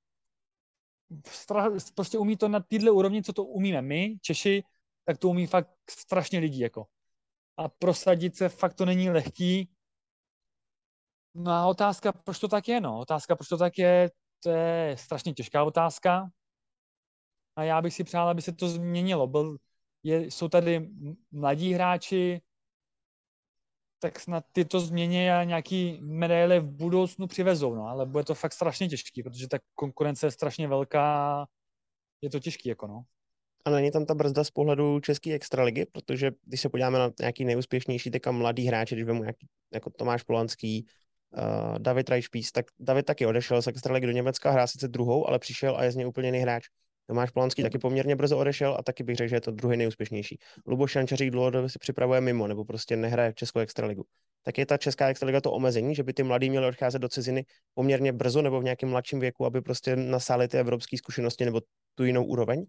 prostě umí to na téhle úrovni, co to umíme my, Češi, tak to umí fakt strašně lidí, jako. A prosadit se fakt to není lehký. No a otázka, proč to tak je, no. Otázka, proč to tak je, to je strašně těžká otázka. A já bych si přál, aby se to změnilo. Jsou tady mladí hráči, tak snad tyto změny a nějaký medaile v budoucnu přivezou, no, ale bude to fakt strašně těžký, protože ta konkurence je strašně velká, je to těžký, jako no.
A není tam ta brzda z pohledu české extraligy, protože když se podíváme na nějaký nejúspěšnější teďka mladý hráči, když vemu nějaký, jako Tomáš Polanský, David Rajšpíc, tak David taky odešel z extraligy do Německa, hrál sice druhou, ale přišel a je z něj úplně jiný hráč. Tomáš Polanský taky poměrně brzo odešel a taky bych řekl, že je to druhý nejúspěšnější. Luboš Šančařík dlouhodobě si připravuje mimo, nebo prostě nehraje českou extraligu. Tak je ta česká extraliga to omezení, že by ty mladí měli odcházet do ciziny poměrně brzo nebo v nějakém mladším věku, aby prostě nasáli ty evropské zkušenosti nebo tu jinou úroveň?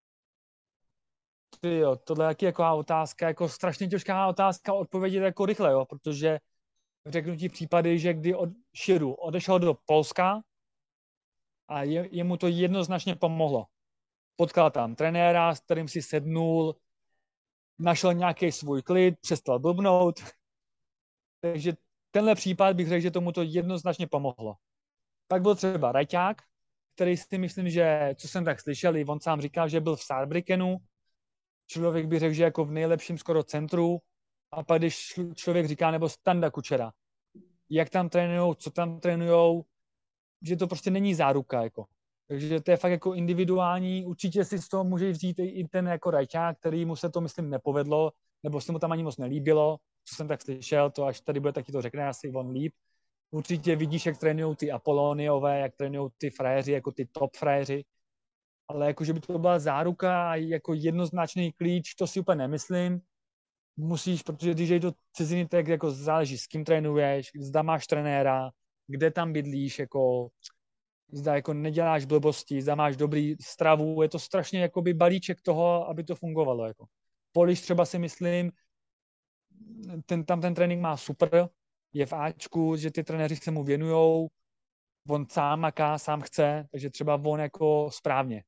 Jo, tohle je jako otázka, jako strašně těžká otázka odpovědět jako rychle, jo, protože řeknu ti případy, že kdy Širu odešel do Polska a jemu to jednoznačně pomohlo. Potkal tam trenéra, s kterým si sednul, našel nějaký svůj klid, přestal blbnout. Takže tenhle případ bych řekl, že tomu to jednoznačně pomohlo. Pak byl třeba Rajťák, který si myslím, že, co jsem tak slyšel, i on sám říkal, že byl v Saarbrückenu. Člověk by řekl, že jako v nejlepším skoro centru. A pak když člověk říká, nebo Standa Kučera, jak tam trénujou, co tam trénujou, že to prostě není záruka. Jako. Takže to je fakt jako individuální. Určitě si z toho může vzít i ten jako rajťák, který mu se to, myslím, nepovedlo, nebo se mu tam ani moc nelíbilo, co jsem tak slyšel, to až tady bude, taky to řekne asi on líp. Určitě vidíš, jak trénují ty Apoloniové, jak trénují ty frajeři, jako ty top frajeři, ale jako, že by to byla záruka a jako jednoznačný klíč, to si úplně nemyslím. Musíš, protože když jdeš do ciziny, tak jako záleží, s kým trénuješ, zda máš trenéra, kde tam bydlíš, jako zda jako neděláš blbosti, zda máš dobrý stravu, je to strašně jakoby balíček toho, aby to fungovalo. Jako. Poliš třeba si myslím, tam ten trénink má super, je v Ačku, že ty trenéři se mu věnujou, on sám maká, sám chce, takže třeba on jako správně.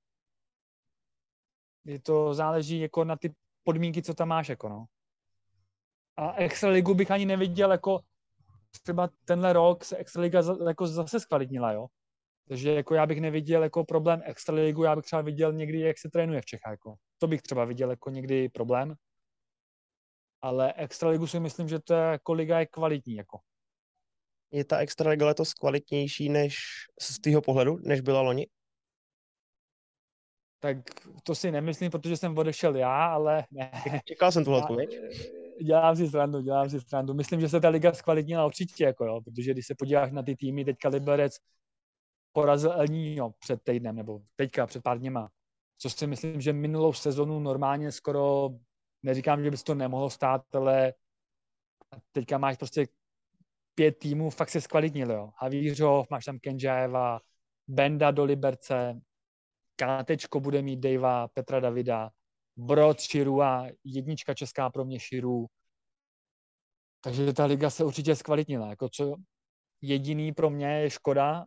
Je to záleží jako na ty podmínky, co tam máš, jako no. A Extraligu bych ani neviděl, jako třeba tenhle rok se Extraliga jako zase zkvalitnila, jo. Takže jako já bych neviděl jako problém Extraligu, já bych třeba viděl někdy, jak se trénuje v Čechách. Jako. To bych třeba viděl jako někdy problém. Ale Extraligu si myslím, že to je, jako liga je kvalitní. Jako.
Je ta extraliga letos kvalitnější než z tvýho pohledu, než byla loni?
Tak to si nemyslím, protože jsem odešel já, ale ne.
Čekal jsem tuhle odpověď.
Dělám si srandu. Myslím, že se ta liga zkvalitnila určitě, jako jo, protože když se podíváš na ty týmy, teďka Liberec porazil El Niño před týdnem, nebo teďka před pár dněma. Co si myslím, že minulou sezonu normálně skoro, neříkám, že by se to nemohlo stát, ale teďka máš prostě 5 týmů, fakt se zkvalitnili, jo. Havířov, máš tam Kenžaeva, Benda do Liberce, Kátečko bude mít Davea, Petra Davida, Brod, Širua, jednička česká pro mě Širu. Takže ta liga se určitě zkvalitnila. Jako co jediný pro mě je škoda,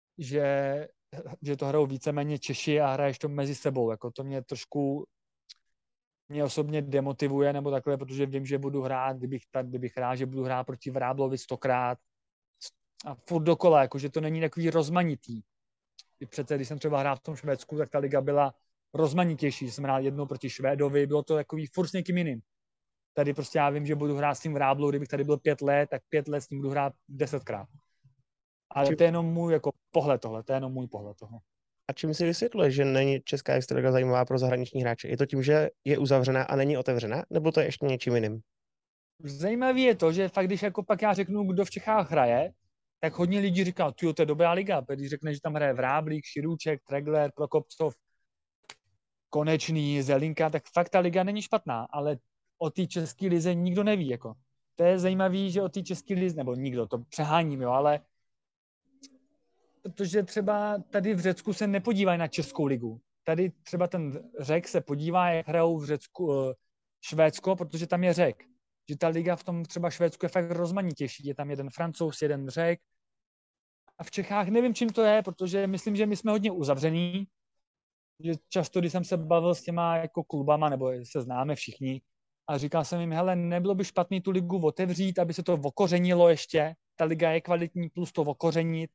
že to hrajou víceméně Češi a hraješ to mezi sebou. Jako to mě trošku mě osobně demotivuje, nebo takhle, protože vím, že budu hrát, kdybych hrál, že budu hrát proti Vráblovi 100krát a furt dokola, jako, že to není takový rozmanitý. I přece, když jsem třeba hrál v tom Švédsku, tak ta liga byla rozmanitější. Jsem hrál jednou proti Švédovi, bylo to takový furt s někým jiným. Tady prostě já vím, že budu hrát s tím Vráblou, kdybych tady byl 5 let, tak 5 let s ním budu hrát 10krát. Ale to je jenom můj jako pohled tohle, to je jenom můj pohled toho.
A čím si vysvětluje, že není česká extraliga zajímavá pro zahraniční hráče? Je to tím, že je uzavřená a není otevřená, nebo to je ještě něčím jiným?
Zajímavé je to, že fakt, když jako pak já řeknu, kdo v Čechách hraje, tak hodně lidí říká, to je dobrá liga. Když řekneš, že tam hraje Vráblík, Širůček, Tregler, Prokopcov, Konečný, Zelinka, tak fakt ta liga není špatná, ale o té české lize nikdo neví. Jako. To je zajímavé, že o té české lize, nebo nikdo, to přeháním, jo, ale protože třeba tady v Řecku se nepodívají na českou ligu. Tady třeba ten Řek se podívá, jak hrajou v Řecku Švédsko, protože tam je Řek. Že ta liga v tom třeba Švédsku je fakt rozmanitější. Je tam jeden Francouz, jeden Řek. A v Čechách nevím, čím to je, protože myslím, že my jsme hodně uzavření. Že často, když jsem se bavil s těma jako klubama, nebo se známe všichni, a říkal jsem jim, hele, nebylo by špatný tu ligu otevřít, aby se to okořenilo ještě. Ta liga je kvalitní, plus to okořenit.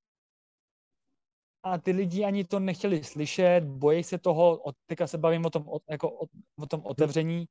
A ty lidi ani to nechtěli slyšet, bojí se toho, teďka se bavím o tom otevření.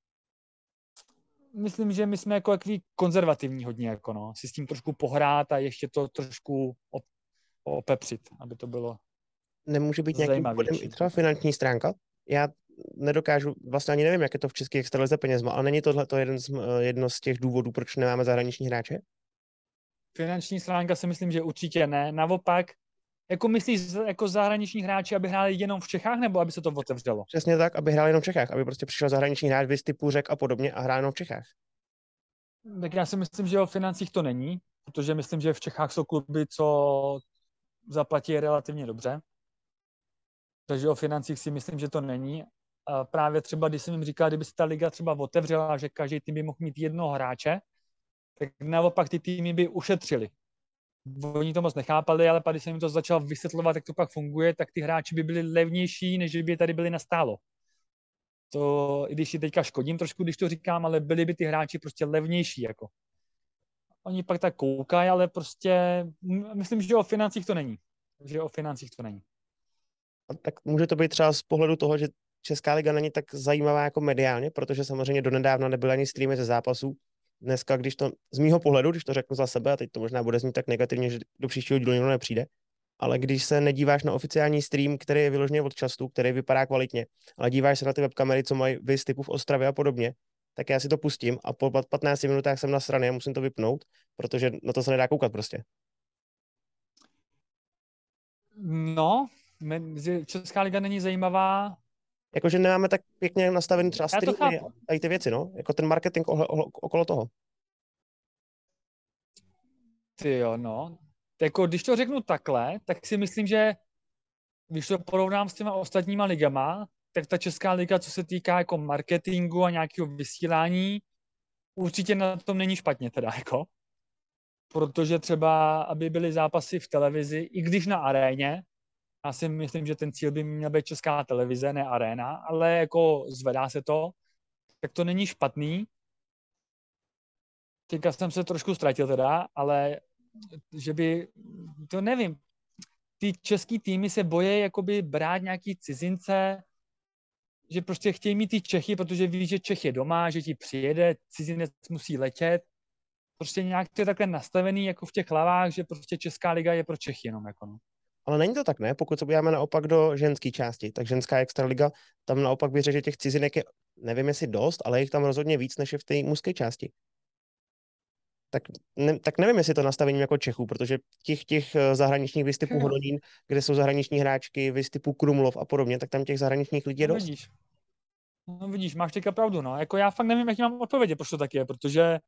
Myslím, že my jsme jako jaký konzervativní hodně, jako no, si s tím trošku pohrát a ještě to trošku opepřit, aby to bylo
Nemůže být nějakým důvodem i třeba finanční stránka? Já nedokážu, vlastně ani nevím, jak je to v české extralize penězma, ale není tohle jedno z těch důvodů, proč nemáme zahraniční hráče?
Finanční stránka si myslím, že určitě ne. Naopak, jako myslíš jako zahraniční hráči, aby hráli jenom v Čechách, nebo aby se to otevřelo?
Přesně tak, aby hráli jenom v Čechách, aby prostě přišel zahraniční hráč z typu Řek a podobně a hrál jenom v Čechách.
Tak já si myslím, že o financích to není, protože myslím, že v Čechách jsou kluby, co zaplatí relativně dobře. Takže o financích si myslím, že to není. A právě třeba, když jsem jim říkal, kdyby se ta liga třeba otevřela, že každý tým by mohl mít jednoho hráče, tak naopak ty týmy by ušetřili. Oni to moc nechápali, ale pak, když jsem jim to začal vysvětlovat, jak to pak funguje, tak ty hráči by byli levnější, než by tady byli nastálo. To, i když si teďka škodím trošku, když to říkám, ale byli by ty hráči prostě levnější. Jako. Oni pak tak koukají, ale prostě myslím, že o financích to není.
A tak může to být třeba z pohledu toho, že Česká liga není tak zajímavá jako mediálně, protože samozřejmě donedávna nebyly ani streamy ze zápasů. Dneska, z mýho pohledu, když to řeknu za sebe, a teď to možná bude znít tak negativně, že do příštího dílu nikdo nepřijde, ale když se nedíváš na oficiální stream, který je vyloženě od času, který vypadá kvalitně, ale díváš se na ty webkamery, co mají vys typu v Ostravě a podobně, tak já si to pustím a po 15 minutách jsem na straně a musím to vypnout, protože na to se nedá koukat prostě.
No, že Česká liga není zajímavá.
Jakože nemáme tak pěkně nastavený třeba
Já to
streamy a
chápu.
tady ty věci, no, jako ten marketing okolo toho.
Ty jo, no. Jako, když to řeknu takhle, tak si myslím, že když to porovnám s těma ostatníma ligama, tak ta Česká liga, co se týká jako marketingu a nějakého vysílání, určitě na tom není špatně teda, jako. Protože třeba, aby byly zápasy v televizi, i když na aréně, já si myslím, že ten cíl by měl být Česká televize, ne aréna, ale jako zvedá se to, tak to není špatný. Teďka jsem se trošku ztratil teda, ale že by, to nevím, ty český týmy se bojí jakoby brát nějaký cizince, že prostě chtějí mít ty Čechy, protože ví, že Čech je doma, že ti přijede, cizinec musí letět. Prostě nějak to je takhle nastavený jako v těch hlavách, že prostě Česká liga je pro Čechy jenom jako no.
Ale není to tak, ne? Pokud se podíváme naopak do ženské části, tak ženská extraliga, tam naopak bych řekl, že těch cizinek je, nevím jestli dost, ale je jich tam rozhodně víc, než je v té mužské části. Tak nevím, jestli to nastavení jako Čechů, protože těch zahraničních vys typu Hodonín, kde jsou zahraniční hráčky, vys typu Krumlov a podobně, tak tam těch zahraničních lidí je
No
dost.
vidíš. No vidíš, máš teďka pravdu, no. Jako já fakt nevím, jaký mám odpovědět, proč to tak je, protože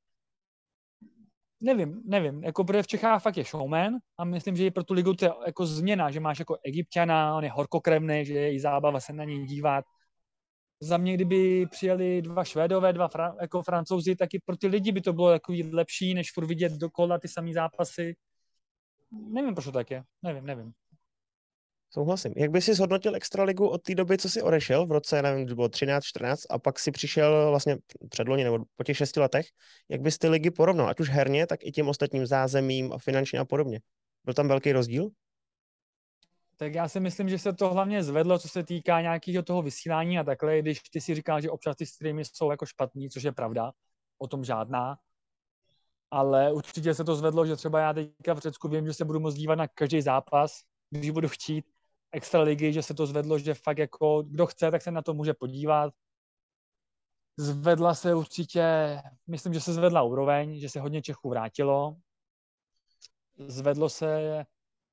nevím, jako protože v Čechách fakt je showman a myslím, že i pro tu ligu to je jako změna, že máš jako Egypťana, on je horkokrevný, že je i zábava se na něj dívat. Za mě, kdyby přijeli dva Švédové, jako Francouzi, tak i pro ty lidi by to bylo jako lepší, než furt vidět dokola ty samé zápasy. Nevím, proč to tak je. Nevím.
Souhlasím. Jak bys si zhodnotil extraligu od té doby, co jsi odešel v roce, nevím, kdy bylo 13, 14 a pak si přišel vlastně předloni nebo po těch 6 letech, jak bys ty ligy porovnal, ať už herně, tak i těm ostatním zázemím a finančně a podobně? Byl tam velký rozdíl?
Tak já si myslím, že se to hlavně zvedlo, co se týká nějakého toho vysílání a takhle, když ty si říkáš, že občas ty streamy jsou jako špatný, což je pravda, o tom žádná, ale určitě se to zvedlo, že třeba já teďka v Řecku vím, že se budu moct dívat na každý zápas, když budu chtít extra ligy, že se to zvedlo, že fakt jako kdo chce, tak se na to může podívat. Zvedla se určitě, myslím, že se zvedla úroveň, že se hodně Čechů vrátilo. Zvedlo se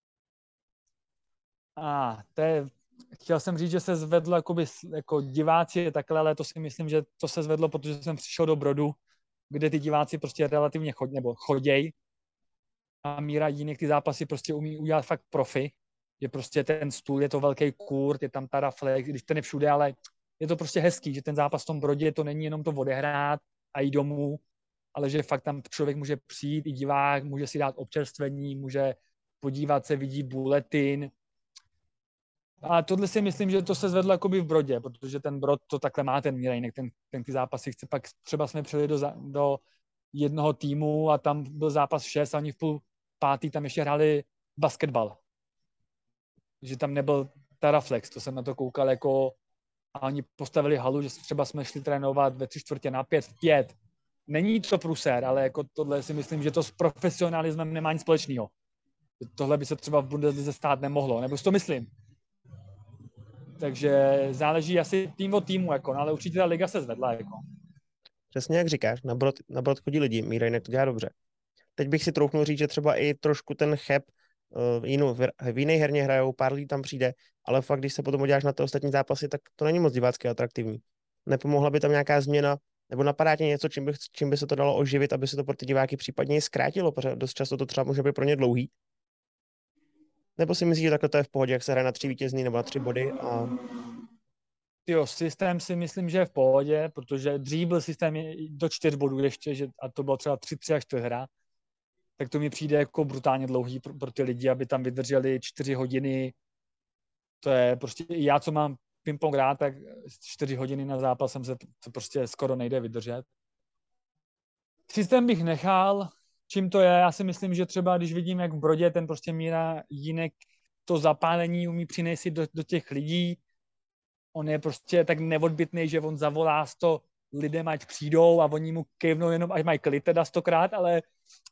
chtěl jsem říct, že se zvedlo jako diváci takhle, ale to si myslím, že to se zvedlo, protože jsem přišel do Brodu, kde ty diváci prostě relativně choděj a Míra jiných ty zápasy prostě umí udělat fakt profi, že prostě ten stůl, je to velký kurt, je tam ta rafle, když to je všude, ale je to prostě hezký, že ten zápas v tom Brodě to není jenom to odehrát a jít domů, ale že fakt tam člověk může přijít i divák, může si dát občerstvení, může podívat se, vidí bulletin. A tohle si myslím, že to se zvedlo jakoby v Brodě, protože ten Brod to takhle má ten Mírejnek, ten ty zápasy chce. Pak třeba jsme přijeli do jednoho týmu a tam byl zápas 6 a oni v půl pátý tam ještě hráli basketbal. Že tam nebyl Taraflex, to jsem na to koukal jako a oni postavili halu, že třeba jsme šli trénovat ve 3/4 v 5. Není to prusér, ale jako tohle si myslím, že to s profesionalismem nemá nic společného. Tohle by se třeba v Bundeslize stát nemohlo, nebo si to myslím. Takže záleží asi tým od týmu, jako, no, ale určitě ta liga se zvedla. Jako.
Přesně jak říkáš, na Brod chodí lidi, Míra jinak to dělá dobře. Teď bych si troufnul říct, že třeba i trošku ten cheb v jiné herně hrajou, pár lidí tam přijde, ale fakt, když se potom podíváš na ty ostatní zápasy, tak to není moc divácky atraktivní. Nepomohla by tam nějaká změna, nebo napadá tě něco, čím by se to dalo oživit, aby se to pro ty diváky případně i zkrátilo, protože dost často to třeba může být pro ně dlouhý. Nebo si myslíš, že takhle to je v pohodě, jak se hraje na 3 vítězný nebo na 3 body a
Jo, systém si myslím, že je v pohodě, protože dřív byl systém do 4 bodů ještě, a to bylo třeba 3-3 až 4 hra, tak to mi přijde jako brutálně dlouhý pro ty lidi, aby tam vydrželi 4 hodiny. To je prostě, já co mám ping-pong rád, tak 4 hodiny na zápas jsem se to prostě skoro nejde vydržet. Systém bych nechal, čím to je, já si myslím, že třeba když vidím, jak v Brodě ten prostě Míra Jinek to zapálení umí přinést do těch lidí, on je prostě tak neodbitný, že on zavolá 100 lidem, ať přijdou a oni mu kejvnou jenom, ať mají klid teda 100krát, ale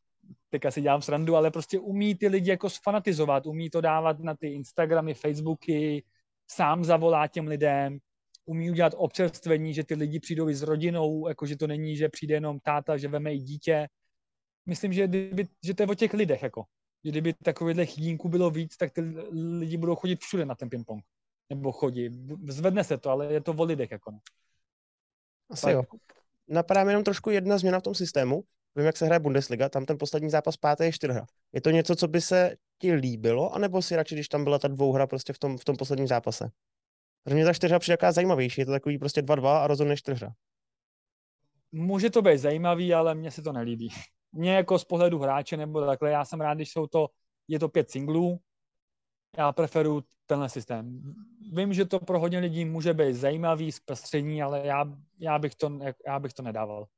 teďka si dělám srandu, ale prostě umí ty lidi jako sfanatizovat, umí to dávat na ty Instagramy, Facebooky, sám zavolá těm lidem, umí udělat občerstvení, že ty lidi přijdou i s rodinou, jako že to není, že přijde jenom táta, že veme i dítě. Myslím, že to je o těch lidech, jako. Že kdyby takovýchhle jídínků bylo víc, tak ty lidi budou chodit všude na ten ping-pong. Nebo chodí. Zvedne se to, ale je to o lidech, jako. No.
Asi jo. Napadá mi jenom trošku jedna změna v tom systému. Vím, jak se hraje Bundesliga, tam ten poslední zápas pátý je 4hra. Je to něco, co by se ti líbilo, anebo si radši, když tam byla ta 2hra prostě v tom posledním zápase? Protože mě ta 4hra přijde taková zajímavější, je to takový prostě 2-2 a rozhodne 4hra.
Může to být zajímavý, ale mně se to nelíbí. Mně jako z pohledu hráče nebo takhle, já jsem rád, když je to 5 singlů, já preferuji tenhle systém. Vím, že to pro hodně lidí může být zajímavý, zpestření, ale já bych to nedával.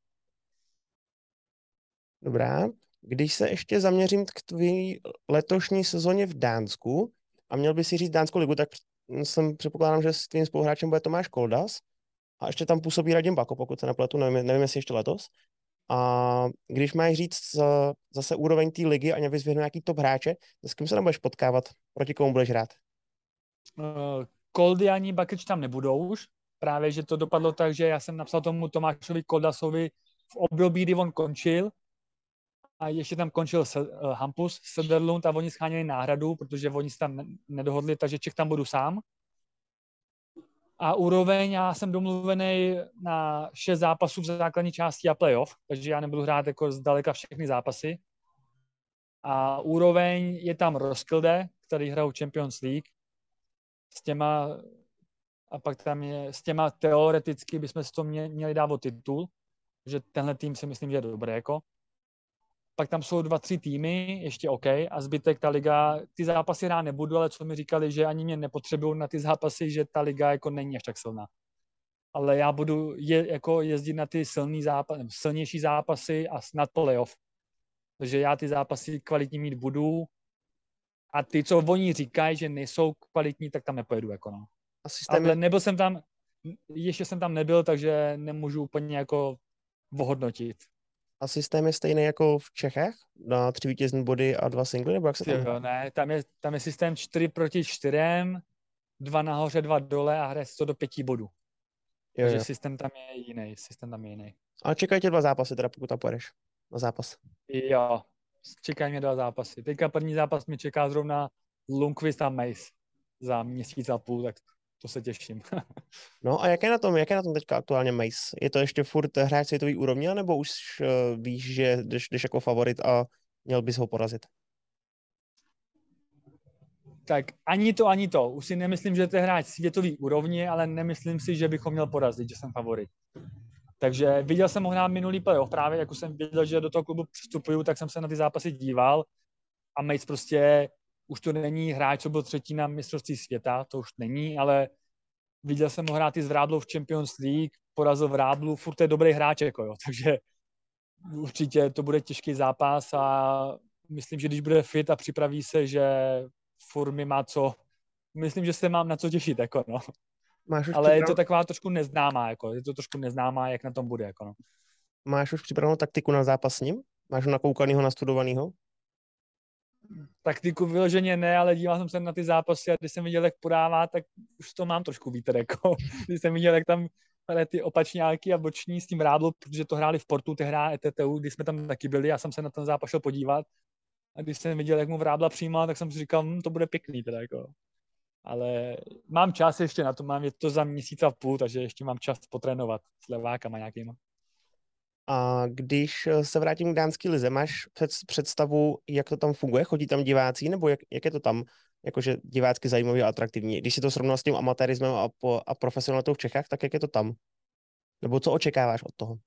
Dobrá. Když se ještě zaměřím k tvojí letošní sezóně v Dánsku a měl by si říct Dánskou ligu, tak jsem předpokládám, že s tvým spoluhráčem bude Tomáš Koldas a ještě tam působí Radim Bako, pokud se nepletu, nevím, jestli ještě letos. A když máš říct zase úroveň té ligy a vyzvihnout nějaký top hráče, s kým se tam budeš potkávat, proti komu budeš hrát?
Koldy ani Bakič tam nebudou už. Právě, že to dopadlo tak, že já jsem napsal tomu Tomášovi Koldasovi v období, kdy on končil, a ještě tam končil Hampus, Söderlund a oni scháněli náhradu, protože oni se tam nedohodli, takže Čech tam budu sám. A úroveň, já jsem domluvený na 6 zápasů v základní části a playoff, takže já nebudu hrát jako zdaleka všechny zápasy. A úroveň je tam Roskilde, který hrajou Champions League. A pak tam je, s těma teoreticky bychom si to měli dát o titul, že tenhle tým si myslím, že je dobrý jako. Pak tam jsou 2-3 týmy, ještě OK, a zbytek ta liga, ty zápasy hrát nebudu, ale co mi říkali, že ani mě nepotřebují na ty zápasy, že ta liga jako není až tak silná. Ale já budu jako jezdit na ty silnější zápasy a snad playoff. Takže já ty zápasy kvalitní mít budu a ty, co oni říkají, že nejsou kvalitní, tak tam nepojedu. Jako no. Ale nebyl jsem tam, ještě jsem tam nebyl, takže nemůžu úplně jako ohodnotit.
A systém je stejný jako v Čechách? Na 3 vítězné body a 2 singly? Nebo jak se tam
jo, ne, tam je systém 4 proti 4, 2 nahoře, 2 dole a hraje se to do 5 bodů. Jo, takže systém tam je jiný.
A čekají tě 2 zápasy, teda pokud tam pojedeš na zápas.
Jo, čekají mě 2 zápasy. Teďka první zápas mě čeká zrovna Lundqvist a Mace za měsíc a půl, tak to se těším.
No a jak je na tom teďka aktuálně Mace? Je to ještě furt hráč světový úrovně, nebo už víš, že jdeš jako favorit a měl bys ho porazit?
Tak ani to. Už si nemyslím, že to je hráč světový úrovně, ale nemyslím si, že bychom měl porazit, že jsem favorit. Takže viděl jsem ho hrát minulý playoff, právě jako jsem viděl, že do toho klubu přistupuju, tak jsem se na ty zápasy díval a Mace prostě už to není hráč, co byl 3. na mistrovství světa, to už není, ale viděl jsem ho hrát i s Vrádlou v Champions League, porazil Vrádlu, furt to je dobrý hráč, jako jo, takže určitě to bude těžký zápas a myslím, že když bude fit a připraví se, že furt mi má co, myslím, že se mám na co těšit, jako no. Ale je to taková trošku neznámá, jako, jak na tom bude, jako no.
Máš už připravenou taktiku na zápas s ním? Máš ho nakoukanýho, nastudovanýho?
Taktiku vyloženě ne, ale díval jsem se na ty zápasy a když jsem viděl, jak podává, tak už to mám trošku vítr, jako. Když jsem viděl, jak tam ty opačňáky a boční s tím Rádlou, protože to hráli v Portu, ty hrá ETTU, když jsme tam taky byli, já jsem se na ten zápas šel podívat a když jsem viděl, jak mu Vrádla přijímal, tak jsem si říkal, to bude pěkný teda, jako. Ale mám čas ještě na to, je to za měsíc a půl, takže ještě mám čas potrénovat s levákama nějakýma.
A když se vrátím k dánské lize, máš představu, jak to tam funguje? Chodí tam diváci, nebo jak je to tam jakože divácky zajímavý a atraktivní? Když si to srovnal s tím amatérismem a profesionalitou v Čechách, tak jak je to tam? Nebo co očekáváš od toho?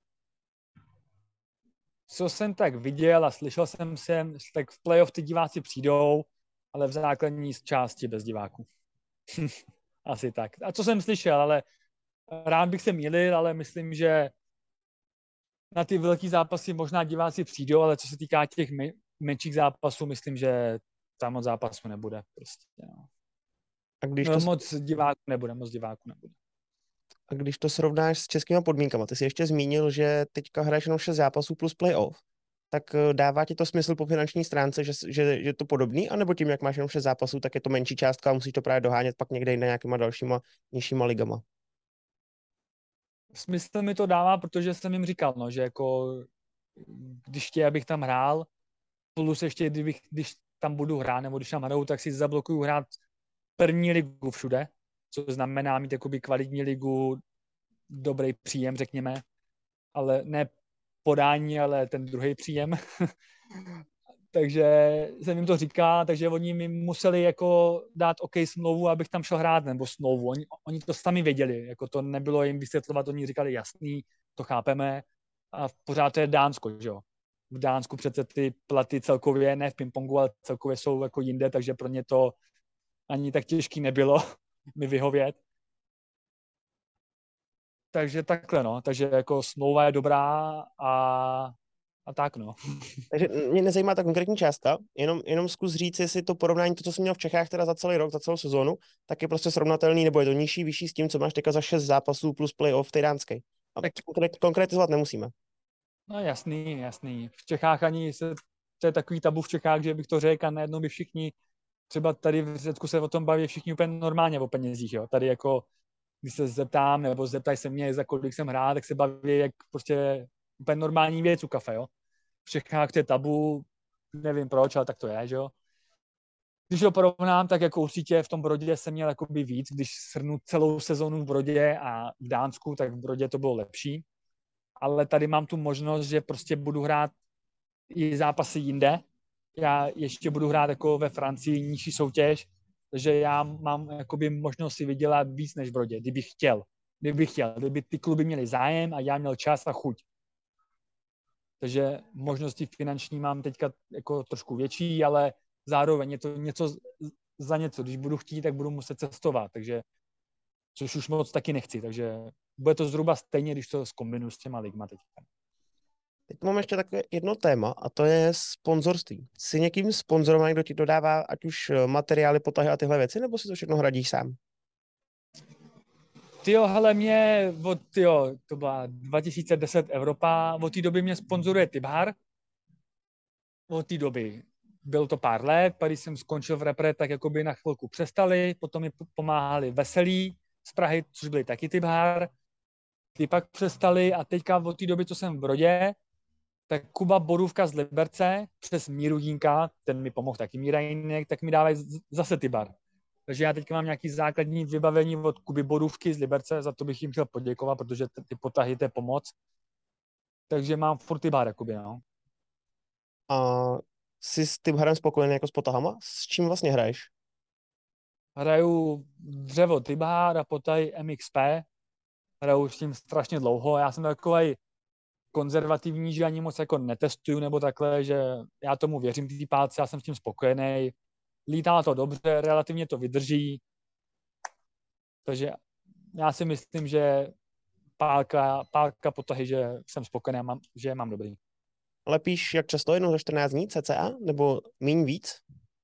Co jsem tak viděl a slyšel jsem se, tak v playoff ty diváci přijdou, ale v základní části bez diváků. Asi tak. A co jsem slyšel, ale rád bych se mýlil, ale myslím, že na ty velký zápasy možná diváci přijdou, ale co se týká těch menších zápasů, myslím, že tam moc zápasů nebude. Prostě, no.
A když
moc diváků nebude.
A když to srovnáš s českými podmínkami, ty jsi ještě zmínil, že teďka hraješ jenom 6 zápasů plus playoff. tak dává ti to smysl po finanční stránce, že je to podobný, anebo tím, jak máš jenom 6 zápasů, tak je to menší částka a musíš to právě dohánět pak někde jinde nějakýma dalšíma nižšíma ligama.
Smysl mi to dává, protože jsem jim říkal, no, že jako když chtějí, abych tam hrál, plus ještě, když tam budu hrát, nebo když tam hraju, tak si zablokuju hrát první ligu všude, co znamená mít jakoby kvalitní ligu, dobrý příjem, řekněme, ale ne podání, ale ten druhý příjem. Takže jsem jim to říkal, takže oni mi museli jako dát OK smlouvu, abych tam šel hrát, nebo smlouvu. Oni to sami věděli, jako to nebylo jim vysvětlovat, oni říkali jasný, to chápeme a pořád to je Dánsko, že jo. V Dánsku přece ty platy celkově, ne v pingpongu, ale celkově jsou jako jinde, takže pro ně to ani tak těžký nebylo mi vyhovět. Takže takhle, no. Takže jako smlouva je dobrá a tak, no.
Takže mě nezajímá ta konkrétní částka, jenom zkus říct, jestli to porovnání, to, co jsi měl v Čechách teda za celý rok, za celou sezónu, tak je prostě srovnatelný, nebo je to nižší, vyšší s tím, co máš teďka za 6 zápasů plus playoff té dánské. A
Tak,
konkrétizovat nemusíme.
no jasný, jasný. V Čechách ani se, to je takový tabu v Čechách, že bych to řekl a najednou by všichni, třeba tady v Řecku se o tom baví všichni úplně normálně o penězích, jo. Tady jako, když se zeptám, nebo zeptají se mě, za kolik jsem hrál, tak se baví jak prostě úplně normální věc u kafe, jo. V Čechách to je tabu, nevím proč, ale tak to je, že jo. Když to porovnám, tak jako určitě v tom Brodě jsem měl jakoby víc, když shrnu celou sezónu v Brodě a v Dánsku, tak v Brodě to bylo lepší. Ale tady mám tu možnost, že prostě budu hrát i zápasy jinde. Já ještě budu hrát jako ve Francii nižší soutěž, takže já mám jakoby možnost si vydělat víc než v Brodě, kdybych chtěl. Kdyby ty kluby měly zájem a já měl čas a chuť. Takže možnosti finanční mám teďka jako trošku větší, ale zároveň je to něco za něco. Když budu chtít, tak budu muset cestovat, takže což už moc taky nechci, takže bude to zhruba stejně, když to zkombinuji s těma ligma teďka.
Teď mám ještě takové jedno téma a to je sponzorství. Jsi někým sponzorovaný, kdo ti dodává ať už materiály, potahy a tyhle věci, nebo si to všechno hradíš sám?
Tyjo, hele, to byla 2010 Evropa, od té doby mě sponzoruje Tibhar, od té doby. Bylo to pár let, pak když jsem skončil v repre, tak jakoby na chvilku přestali, potom mi pomáhali Veselí z Prahy, což byli taky Tibhar, ty pak přestali a teďka od té doby, co jsem v Brodě, tak Kuba Borůvka z Liberce přes Míru Jínka, ten mi pomohl taky Míra Jínek, tak mi dávají zase Tibar. Takže já teďka mám nějaký základní vybavení od Kuby Borůvky z Liberce, za to bych jim chtěl poděkovat, protože ty potahy, to je pomoc. Takže mám furt Tibar, jakoby, no.
A jsi s tím hrem spokojený jako s potahama? S čím vlastně hraješ?
Hraju dřevo Tibar a potaj MXP. Hraju s tím strašně dlouho. Já jsem takový konzervativní, že ani moc jako netestuju nebo takhle, že já tomu věřím té pálce, já jsem s tím spokojený. Lítá to dobře, relativně to vydrží. Takže já si myslím, že pálka potahy, že jsem spokojený, že je mám dobrý.
Lepíš jak často, jednou za 14 dní cca, nebo míň víc?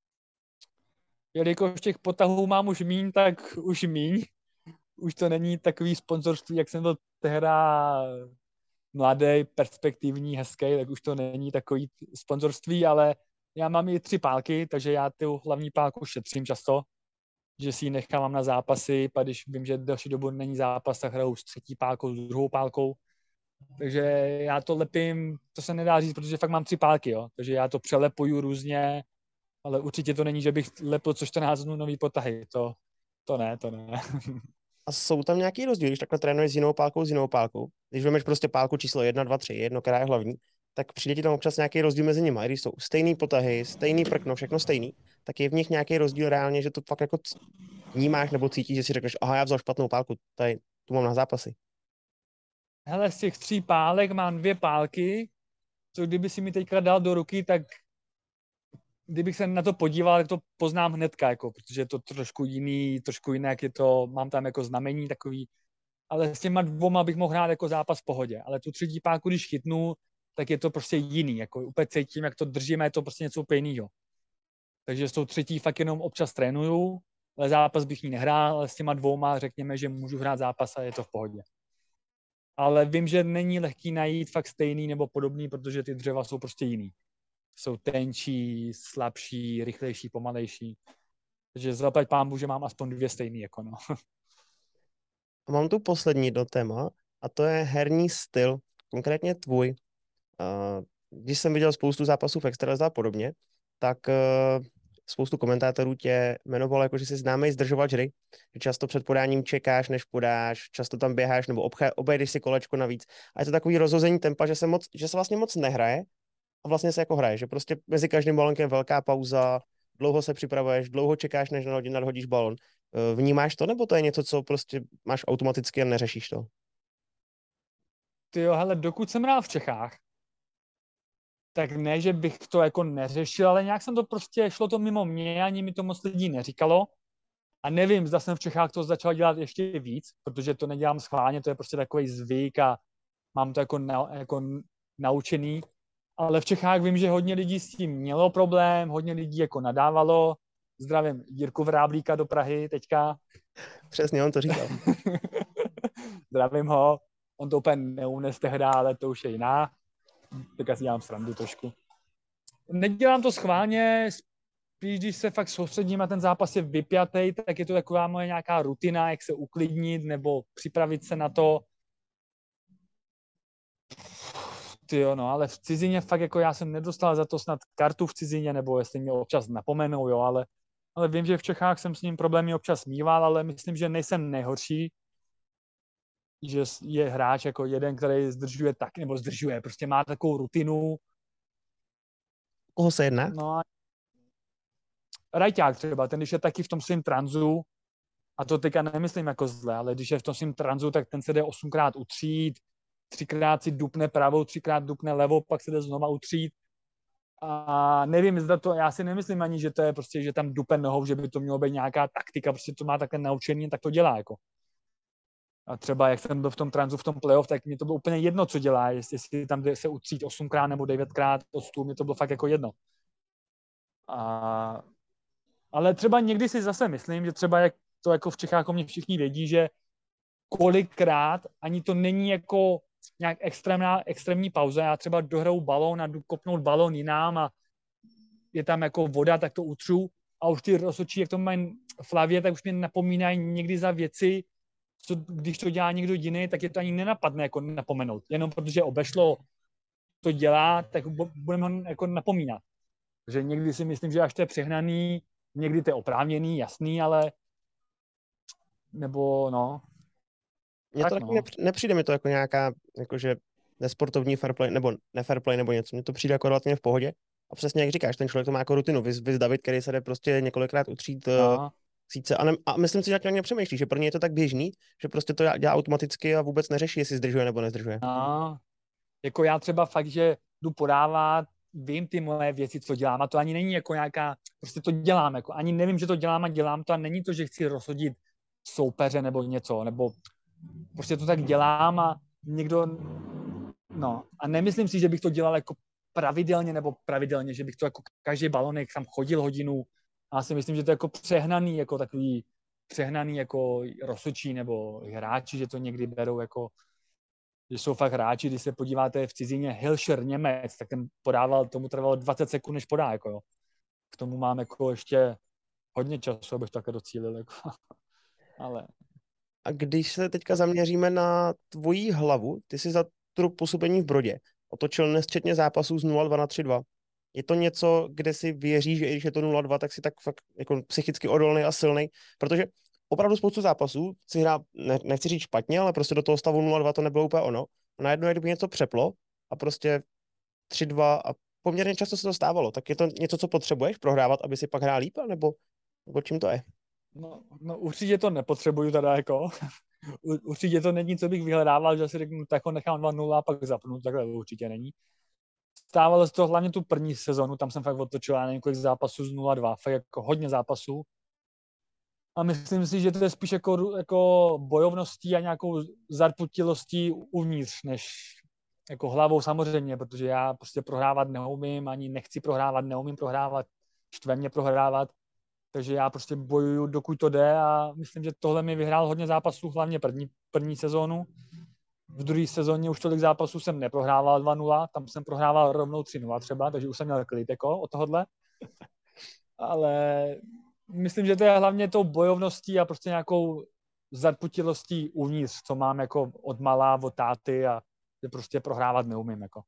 Jelikož těch potahů mám už míň, tak už míň. Už to není takový sponzorství, jak jsem byl tehda mladý, perspektivní, hezký, tak už to není takový sponzorství, ale já mám i 3 pálky, takže já tu hlavní pálku šetřím často, že si ji nechávám na zápasy, pak když vím, že další dobu není zápas, tak hraju s 3. pálkou, s 2. pálkou. Takže já to lepím, to se nedá říct, protože fakt mám 3 pálky, jo. Takže já to přelepuju různě, ale určitě to není, že bych lepil co 14 dnů nový potahy. To ne.
A jsou tam nějaký rozdíly, když takhle trénuješ s jinou pálkou? Když vemeš prostě pálku číslo 1, 2, 3, jedno, která je hlavní, tak přijde ti tam občas nějaký rozdíl mezi nimi. Když jsou stejný potahy, stejný prkno, všechno stejný, tak je v nich nějaký rozdíl reálně, že to fakt jako vnímáš nebo cítíš, že si řekneš, aha, já vzal špatnou pálku, tady, tu mám na zápasy.
Hele, z těch 3 pálek mám 2 pálky, co kdyby si mi teďka dal do ruky, tak kdybych se na to podíval, tak to poznám hnedka, jako, protože je to trošku jiný, trošku jinak je to, mám tam jako znamení takový, ale s těma 2 bych mohl hrát jako zápas v pohodě, ale tu 3. páku, když chytnu, tak je to prostě jiný, jako úplně cítím, jak to držíme, je to prostě něco úplně jinýho. Takže s tou 3. fakt jenom občas trénuju, ale zápas bych ní nehrál, ale s těma 2, řekněme, že můžu hrát zápas a je to v pohodě. ale vím, že není lehký najít fakt stejný nebo podobný, protože ty dřeva jsou prostě jiný. Jsou tenčí, slabší, rychlejší, pomalejší. Takže zaplať pánbu, že mám aspoň 2 stejný, jako no.
A mám tu poslední do téma, a to je herní styl, konkrétně tvůj. Když jsem viděl spoustu zápasů v Extralize a podobně, tak spoustu komentátorů tě jmenovalo jako, že jsi známý zdržovač hry, že často před podáním čekáš, než podáš, často tam běháš nebo obejdeš si kolečko navíc. A je to takový rozhození tempa, že se vlastně moc nehraje a vlastně se jako hraje, že prostě mezi každým balonkem velká pauza, dlouho se připravuješ, dlouho čekáš, než nadhodíš balon. Vnímáš to, nebo to je něco, co prostě máš automaticky a neřešíš to?
Ty jo, hele, dokud jsem hrál v Čechách, tak ne, že bych to jako neřešil, ale nějak jsem to prostě, šlo to mimo mě, ani mi to moc lidí neříkalo. A nevím, zda jsem v Čechách to začal dělat ještě víc, protože to nedělám schválně, to je prostě takový zvyk a mám to jako naučený. Ale v Čechách vím, že hodně lidí s tím mělo problém, hodně lidí jako nadávalo. Zdravím Jirku Vráblíka do Prahy teďka.
Přesně, on to říkal.
Zdravím ho. On to úplně neunes tehdy, ale to už je jiná. Teďka si dělám srandu trošku. Nedělám to schválně, spíš když se fakt soustředím a ten zápas je vypjatý, tak je to taková moje nějaká rutina, jak se uklidnit nebo připravit se na to. Tyjo, no, ale v cizině fakt jako já jsem nedostal za to snad kartu v cizině, nebo jestli mě občas napomenou, jo, ale vím, že v Čechách jsem s ním problémy občas mýval, ale myslím, že nejsem nejhorší, že je hráč jako jeden, který zdržuje tak, nebo zdržuje, prostě má takovou rutinu.
Koho se jedná?
No a Rajťák třeba, ten když je taky v tom svým tranzu, a to teďka nemyslím jako zle, ale když je v tom svým tranzu, tak ten se jde 8krát utřít, 3krát si dupne pravou, 3krát dupne levou, pak se jde znova utřít. A nevím, zda to, já si nemyslím ani, že to je prostě, že tam dupe nohou, že by to mělo být nějaká taktika, prostě to má takhle naučení, tak to dělá, jako. A třeba jak jsem byl v tom tranzu, v tom playoff, tak mi to bylo úplně jedno, co dělá, jestli tam jde se utřít 8krát nebo 9krát od stůl, mi to bylo fakt jako jedno. Ale třeba někdy si zase myslím, že třeba jak to jako v Čechách jako mě všichni vědí, že kolikrát ani to není jako nějak extrémní pauza. Já třeba dohraju balón a jdu kopnout balón jinám a je tam jako voda, tak to utřu a už ty rozhodčí, jak to mají v hlavě, tak už mě napomínají někdy za věci, co když to dělá někdo jiný, tak je to ani nenapadne jako napomenout. Jenom protože obešlo to dělá, tak budeme ho jako napomínat. Takže někdy si myslím, že až to je přehnaný, někdy to je oprávněný, jasný, ale nebo no.
Mně to taky nepřijde mi to jako nějaká, jakože nesportovní fair play, nebo nefair play, nebo něco. Mně to přijde jako relativně v pohodě. A přesně jak říkáš, ten člověk to má jako rutinu. Vys David, který se jde prostě několikrát utřít síce. A myslím si, že tak nepřemýšlí, že pro ně je to tak běžný, že prostě to dělá automaticky a vůbec neřeší, jestli zdržuje nebo nezdržuje.
No, jako já třeba fakt, že jdu podávat, vím ty moje věci, co dělám a to ani není jako nějaká, prostě to dělám, jako ani nevím, že to dělám a dělám to a není to, že chci rozhodit soupeře nebo něco, nebo prostě to tak dělám a někdo, no a nemyslím si, že bych to dělal jako pravidelně, že bych to jako každý balonek tam chodil hodinu a já si myslím, že to je jako přehnaný, jako takový přehnaný jako rozhodčí nebo hráči, že to někdy berou jako, že jsou fakt hráči, když se podíváte v cizině Hilšer Němec, tak ten podával, tomu trvalo 20 sekund, než podá, jako jo. K tomu mám jako ještě hodně času, abych to také docílil, jako. Ale...
A když se teďka zaměříme na tvoji hlavu, ty jsi za tu působení v Brodě otočil nesčetně zápasů z 0-2 na 3-2. Je to něco, kde si věříš, že i když je to 0-2, tak si tak fakt jako psychicky odolný a silný, protože opravdu spoustu zápasů si hrál, nechci říct špatně, ale prostě do toho stavu 0-2 to nebylo úplně ono. A najednou, kdyby něco přeplo a prostě 3-2 a poměrně často se to stávalo, tak je to něco, co potřebuješ prohrávat, aby si pak hrál líp, nebo čím to je?
No určitě to nepotřebuju teda jako. Určitě to není, co bych vyhledával, že si řeknu, tak ho nechám 2-0 a pak zapnu, takhle určitě není. Stávalo se to hlavně tu první sezonu, tam jsem fakt otočil několik zápasů z 0-2, fakt jako hodně zápasů. A myslím si, že to je spíš jako bojovností a nějakou zarputilostí uvnitř, než jako hlavou samozřejmě, protože já prostě prohrávat neumím, ani nechci prohrávat, neumím prohrávat, štve mě prohrávat. Takže já prostě bojuju, dokud to jde a myslím, že tohle mi vyhrál hodně zápasů, hlavně první sezónu. v druhé sezóně už tolik zápasů jsem neprohrával 2-0, tam jsem prohrával rovnou 3-0 třeba, takže už jsem měl klid jako od tohohle. Ale myslím, že to je hlavně tou bojovností a prostě nějakou zarputilostí uvnitř, co mám jako od malá, od táty a že prostě prohrávat neumím. Jako.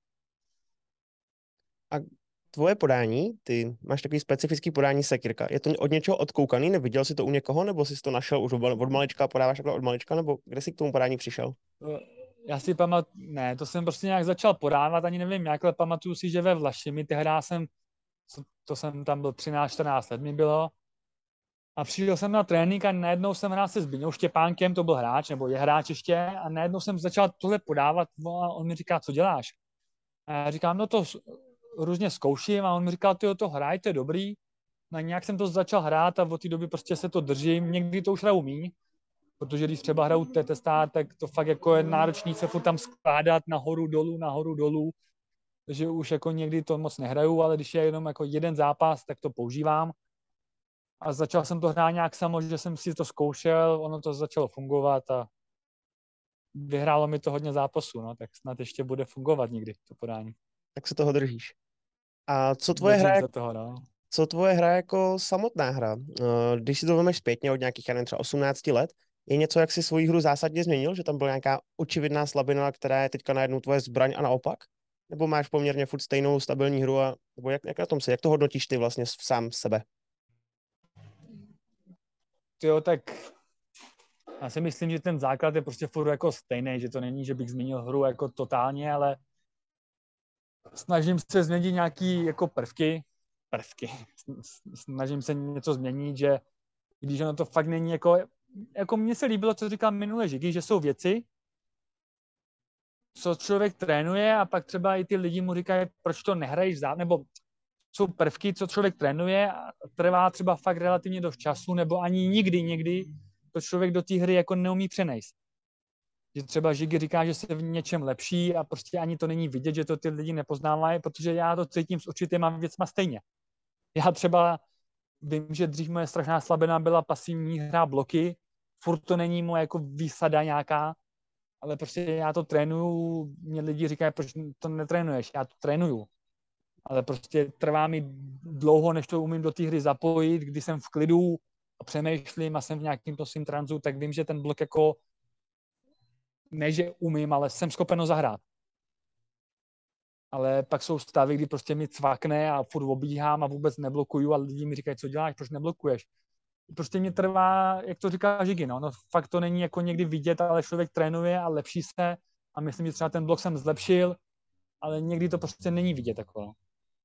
A tvoje podání, ty máš takový specifický podání sekirka. Je to od něčeho odkoukaný? Neviděl jsi to u někoho, nebo jsi to našel už od malička, podáváš takhle od malička, nebo kde jsi k tomu podání přišel?
Já si pamatuju, ne, to jsem prostě nějak začal podávat, ani nevím jak, ale pamatuju si, že ve Vlašimi tehdy to jsem tam byl 13-14 let mi bylo, a přišel jsem na trénink a najednou jsem hrál se Zbyňou Štěpánkem, to byl hráč, nebo je hráč ještě, a najednou jsem začal tohle podávat a on mi říká, co děláš? A já říkám, no to různě zkouším a on mi říkal, ty to hraj, to je dobrý. No a nějak jsem to začal hrát a od té doby prostě se to držím, někdy to už hraju míň, protože když třeba hraju TT-Star, tak to fakt jako je náročný se furt tam skládat nahoru, dolů, takže už jako někdy to moc nehraju, ale když je jenom jako jeden zápas, tak to používám. A začal jsem to hrát nějak samo, že jsem si to zkoušel, ono to začalo fungovat a vyhrálo mi to hodně zápasů, no, tak snad ještě bude fungovat někdy to podání.
Tak se toho držíš. A
no.
co tvoje hra jako samotná hra? Když si to vezmeš zpětně od nějakých, já nevím, třeba 18 let, je něco, jak si svoji hru zásadně změnil, že tam byla nějaká očividná slabina, která je teďka najednou tvoje zbraň a naopak? Nebo máš poměrně furt stejnou stabilní hru nebo jak na tom jak to hodnotíš ty vlastně sám sebe?
Jo, tak já si myslím, že ten základ je prostě furt jako stejný, že to není, že bych změnil hru jako totálně, ale snažím se změnit nějaký jako prvky. Snažím se něco změnit, že když ono to fakt není jako mně se líbilo, co říkal minule Žigy, že jsou věci, co člověk trénuje a pak třeba i ty lidi mu říkají, proč to nehraješ nebo jsou prvky, co člověk trénuje a trvá třeba fakt relativně dost času, nebo ani někdy to člověk do té hry jako neumí přenést. Že třeba Žigy říká, že se v něčem lepší a prostě ani to není vidět, že to ty lidi nepoznávají, protože já to cítím s určitýma věcma stejně. Já třeba vím, že dřív moje strašná slabina byla pasivní hra bloky, furt to není moje jako výsada nějaká, ale prostě já to trénuju, mě lidi říkají, proč to netrénuješ, já to trénuju. Ale prostě trvá mi dlouho, než to umím do té hry zapojit, když jsem v klidu a přemýšlím a jsem v nějakým svým tranzu, tak vím, že ten blok jako ne, že umím, ale jsem schopen ho zahrát. Ale pak jsou stavy, kdy prostě mi cvakne a furt obíhám a vůbec neblokuju a lidi mi říkají, co děláš, proč neblokuješ. Prostě mě trvá, jak to říká Žigy, no fakt to není jako někdy vidět, ale člověk trénuje a lepší se a myslím, že třeba ten blok jsem zlepšil, ale někdy to prostě není vidět jako. No.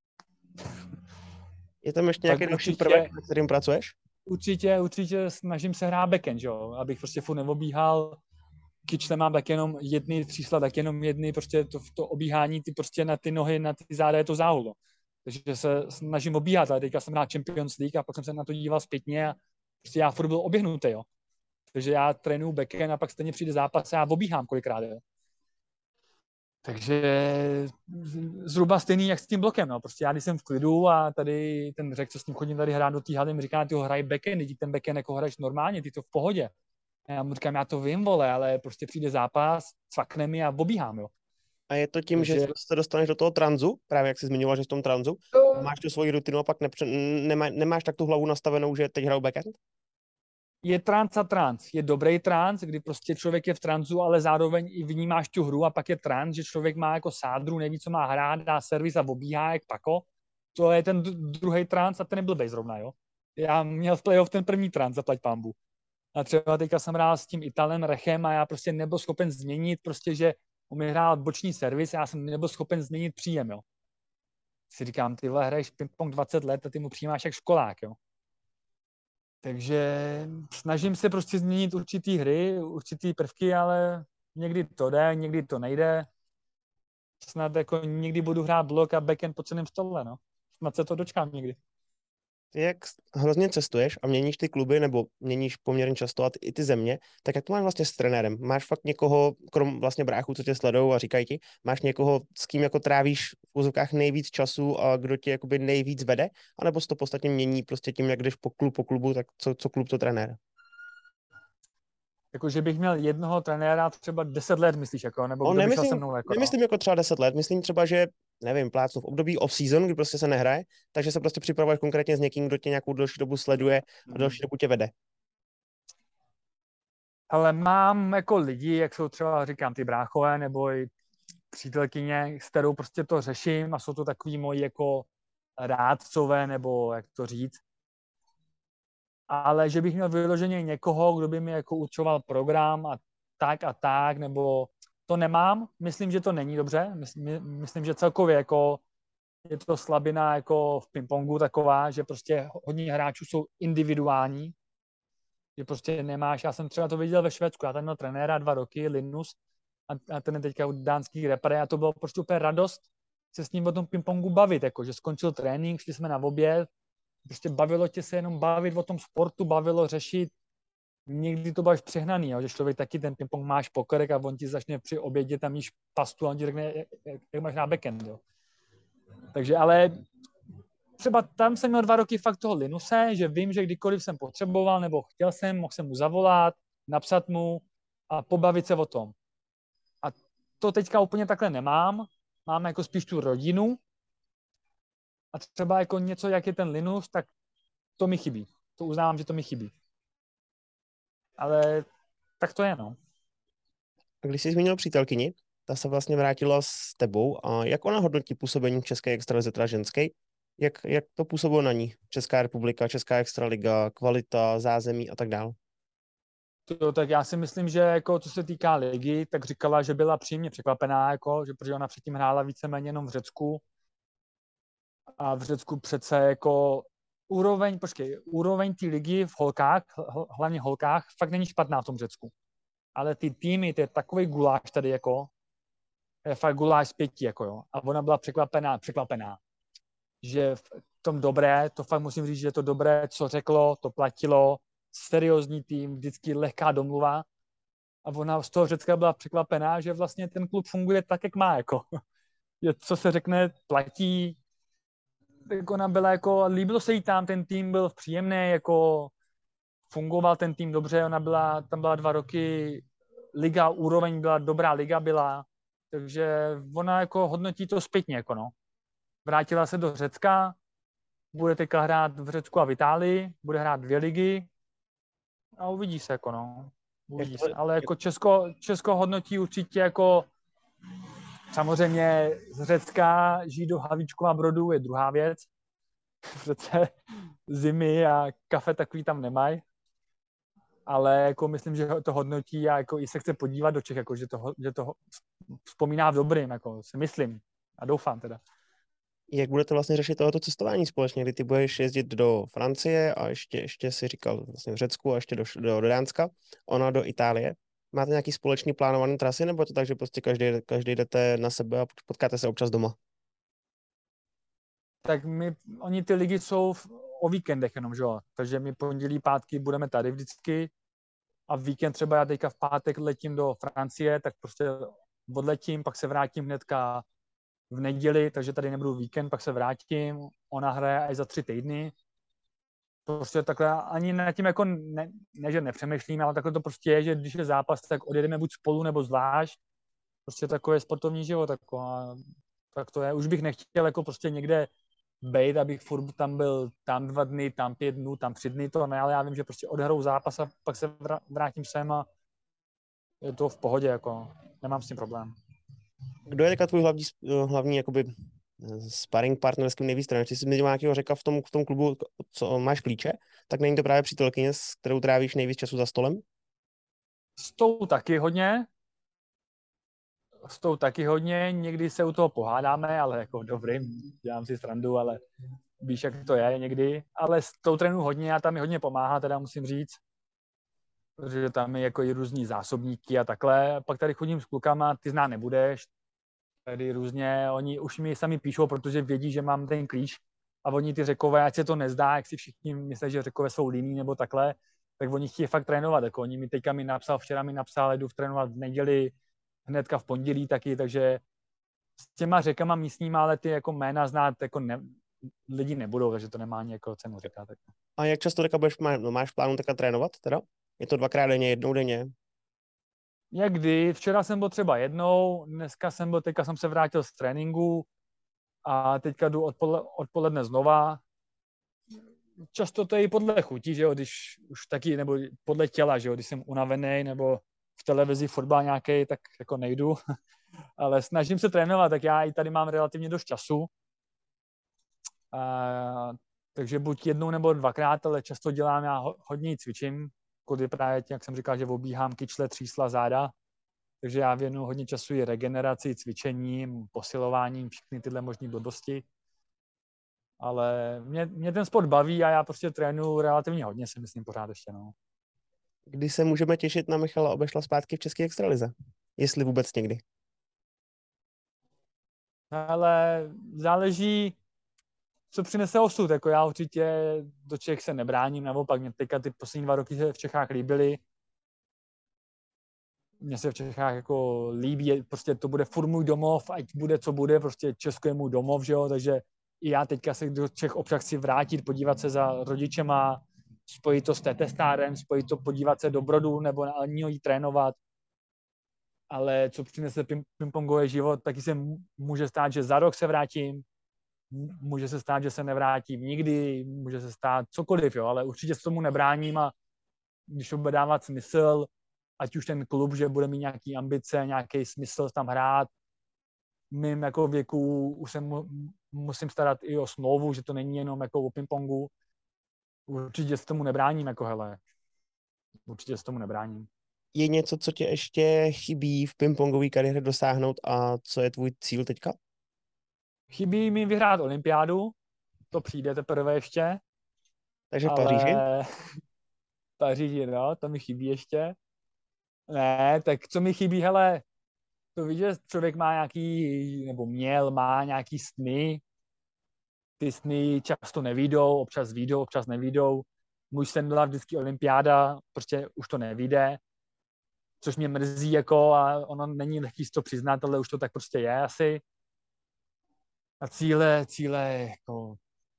Je tam ještě nějaký další prvek, na kterým pracuješ?
Určitě snažím se hrát backend, jo? Abych prostě furt neobíhal. Kyčle mám tak jenom jedny třísla, tak jenom jedny, prostě to obíhání, ty prostě na ty nohy, na ty záda je to záhulo. Takže se snažím obíhat, ale teďka jsem hrál Champions League a pak jsem se na to díval zpětně a prostě já furt byl oběhnutý, jo. Takže já trénuju backend a pak stejně přijde zápas a já obíhám kolikrát, jo. Takže zhruba stejný, jak s tím blokem, no. Prostě já, když jsem v klidu a tady ten řek, co s ním chodím tady hrát do té haly, mi říká, ty ho hraj backend, ty ten backend jako hraješ normálně, ty to v pohodě. A já mu říkám, já to vím, vole, ale prostě přijde zápas, cvakne mi a obíhám, jo.
A je to tím, že se dostaneš do toho tranzu, právě jak jsi zmiňoval, že v tom tranzu, máš tu svoji rutinu a pak nemáš tak tu hlavu nastavenou, že teď hraju backend?
Je trans a trans. Je dobrý trans, kdy prostě člověk je v tranzu, ale zároveň i vnímáš tu hru a pak je trans, že člověk má jako sádru, neví, co má hrát, dá servis a obíhá jak pako. To je ten druhý trans a ten nebyl bej zrovna, jo. Já měl v playoff ten první trans, zaplať pambu. A třeba teďka jsem hrál s tím Italem Rechem a já prostě nebyl schopen změnit, prostě, že on mi hrál boční servis a já jsem nebyl schopen změnit příjem, jo. Si říkám, ty vole, hraješ ping-pong 20 let a ty mu přijímáš jak školák, jo. Takže snažím se prostě změnit určitý hry, určitý prvky, ale někdy to jde, někdy to nejde. Snad jako někdy budu hrát blok a backend po celém stole, no. Snad se to dočkám někdy.
Ty jak hrozně cestuješ a měníš ty kluby, nebo měníš poměrně často a i ty země, tak jak to máš vlastně s trenérem? Máš fakt někoho, krom vlastně bráchů, co tě sledujou a říkají ti, máš někoho, s kým jako trávíš v úzovkách nejvíc času a kdo tě jakoby nejvíc vede? A nebo se to podstatně mění prostě tím, jak jdeš po klubu, tak co klub, to trenér?
Jako, že bych měl jednoho trenéra třeba 10 let, myslíš, jako, nebo kdo by šel se mnou, jako,
nemyslím jako třeba 10 let, myslím třeba, že nevím, plácnu v období off-season, kdy prostě se nehraje, takže se prostě připravuješ konkrétně s někým, kdo tě nějakou delší dobu sleduje a delší dobu tě vede.
Ale mám jako lidi, jak jsou třeba, říkám, ty bráchové, nebo i přítelkyně, s kterou prostě to řeším a jsou to takový moji jako rádcové, nebo jak to říct. Ale že bych měl vyloženě někoho, kdo by mi jako určoval program a tak, nebo to nemám. Myslím, že to není dobře. Myslím, že celkově jako je to slabina jako v pingpongu taková, že prostě hodně hráčů jsou individuální, že prostě nemáš, já jsem třeba to viděl ve Švédsku, já tam měl trenéra 2 roky, Linus, a ten je teďka dánský repre, a to bylo prostě úplně radost se s ním o tom pingpongu bavit, jako, že skončil trénink, šli jsme na oběd, prostě bavilo tě se jenom bavit o tom sportu, bavilo řešit, někdy to bylo přehnaný, jo, že člověk taky ten pingpong máš pokrek a on ti začne při obědě tam jíš pastu a on ti řekne, jak máš na backend, jo. Takže ale třeba tam jsem měl 2 roky fakt toho Linuse, že vím, že kdykoliv jsem potřeboval nebo chtěl jsem, mohl jsem mu zavolat, napsat mu a pobavit se o tom. A to teďka úplně takhle nemám. Mám jako spíš tu rodinu a třeba jako něco, jak je ten Linus, tak to mi chybí. To uznávám, že to mi chybí. Ale tak to je, no.
A když jsi zmínil přítelkyni, ta se vlastně vrátila s tebou a jak ona hodnotí působení v České extralize, teda ženské? Jak to působilo na ní? Česká republika, Česká extraliga, kvalita, zázemí a tak dále?
Tak já si myslím, že jako co se týká ligy, tak říkala, že byla příjemně překvapená, jako, že protože ona předtím hrála víceméně jenom v Řecku a v Řecku přece jako úroveň té ligy v holkách, hlavně holkách, fakt není špatná v tom Řecku. Ale ty týmy, to je takový guláš tady, jako, je fakt guláš z 5, jako jo. A ona byla překvapená, že v tom dobré, to fakt musím říct, že to dobré, co řeklo, to platilo, seriózní tým, vždycky lehká domluva. A ona z toho Řecka byla překvapená, že vlastně ten klub funguje tak, jak má, jako. Že co se řekne, platí. Tak ona byla jako, líbilo se jí tam, ten tým byl příjemný, jako fungoval ten tým dobře, tam byla 2 roky, liga, úroveň byla, dobrá liga byla, takže ona jako hodnotí to zpětně, jako no. Vrátila se do Řecka, bude teďka hrát v Řecku a v Itálii, bude hrát 2 ligy a uvidí se, jako no. Uvidí se. Ale jako Česko hodnotí určitě jako samozřejmě z Řecka žít do Havlíčkova Brodu je druhá věc. Přece zimy a kafe takový tam nemají. Ale jako myslím, že to hodnotí a jako i se chce podívat do Čech, jako že to vzpomíná v dobrým, jako si myslím a doufám teda.
Jak budete vlastně řešit tohoto cestování společně, kdy ty budeš jezdit do Francie a ještě si říkal vlastně v Řecku a ještě do Dánska, ona do Itálie. Máte nějaký společný plánovaný trasy, nebo je to tak, že prostě každý jdete na sebe a potkáte se občas doma?
Tak oni ty ligy jsou o víkendech jenom, že jo? Takže my pondělí, pátky budeme tady vždycky a v víkend třeba já teďka v pátek letím do Francie, tak prostě odletím, pak se vrátím hnedka v neděli, takže tady nebudu víkend, pak se vrátím, ona hraje až za 3 týdny. Prostě takhle ani nad tím jako ne, že nepřemýšlím, ale takhle to prostě je, že když je zápas, tak odjedeme buď spolu nebo zvlášť. Prostě takový sportovní život, tak to je. Už bych nechtěl jako prostě někde bejt, abych furt tam byl tam 2 dny, tam 5 dnů, tam 3 dny, to ne, ale já vím, že prostě odhrou zápas a pak se vrátím sem a je to v pohodě, jako nemám s tím problém.
Kdo je teďka tvůj hlavní jakoby sparring partner, s kým nejvíc trénuješ? Ty jsi zmiňoval nějakého Řeka v tom klubu, co máš klíče, tak není to právě přítelkyně, s kterou trávíš nejvíc času za stolem?
S tou taky hodně, někdy se u toho pohádáme, ale jako dobrý, dělám si srandu, ale víš, jak to je někdy, ale s tou trénu hodně a tam mi hodně pomáhá, teda musím říct, protože tam je jako i různý zásobníky a takhle. Pak tady chodím s klukama, ty znát nebudeš, tady různě, oni už mi sami píšou, protože vědí, že mám ten klíč a oni ty Řekové, ať se to nezdá, jak si všichni myslí, že Řekové jsou líní nebo takhle, tak oni chtějí fakt trénovat, jako oni mi teďka včera mi napsal, jdu trénovat v neděli, hnedka v pondělí taky, takže s těma Řekama místníma, ale ty jako jména znát jako lidi nebudou, takže to nemá ani jako cenu říkat. Tak.
A jak často teďka máš v plánu teďka trénovat teda? Je to 2krát denně, 1 denně?
Někdy, včera jsem byl třeba jednou, teďka jsem se vrátil z tréninku a teďka jdu odpoledne znova. Často to je i podle chutí, že jo, když už taky, nebo podle těla, že jo, když jsem unavený, nebo v televizi fotbal nějaký, tak jako nejdu, ale snažím se trénovat, tak já i tady mám relativně dost času, takže buď jednou nebo dvakrát, ale často dělám, já hodně cvičím, kudy právě, jak jsem říkal, že obíhám kyčle, třísla, záda, takže já věnuju hodně času i regeneraci, cvičením, posilováním, všechny tyhle možné blbosti. Ale mě ten sport baví a já prostě trénuju relativně hodně, si myslím pořád ještě, no.
Kdy se můžeme těšit na Michala Obešla zpátky v české extralize? Jestli vůbec někdy.
Ale záleží, co přinese osud. Jako já určitě do Čech se nebráním, naopak mě teďka ty poslední 2 roky se v Čechách líbily. Mně se v Čechách jako líbí, prostě to bude furt můj domov, ať bude, co bude, prostě Česko je můj domov, že jo, takže i já teďka se do Čech občas chci vrátit, podívat se za rodičema, spojit to s Tetestárem, spojit to, podívat se do Brodu nebo na Elního jí trénovat. Ale co přinese pingpongový život, taky se může stát, že za rok se vrátím, může se stát, že se nevrátím nikdy, může se stát cokoliv, jo, ale určitě se tomu nebráním a když to bude dávat smysl, ať už ten klub, že bude mít nějaký ambice, nějaký smysl tam hrát, v mým jako věku už se musím starat i o smlouvu, že to není jenom jako o pingpongu. Určitě se tomu nebráním, jako hele. Určitě se tomu nebráním.
Je něco, co tě ještě chybí v pingpongové kariéře dosáhnout a co je tvůj cíl teďka?
Chybí mi vyhrát olympiádu, to přijde teprve ještě.
Takže v Paříži?
Paříži, no, to mi chybí ještě. Ne, tak co mi chybí, hele, to víš, že člověk má nějaký, nebo má nějaký sny, ty sny často nevídou, občas nevídou. Můj sen byla vždycky olympiáda, prostě už to nevíde, což mě mrzí, jako, a ono není lehký si to přiznat, ale už to tak prostě je asi. A cíle, jako,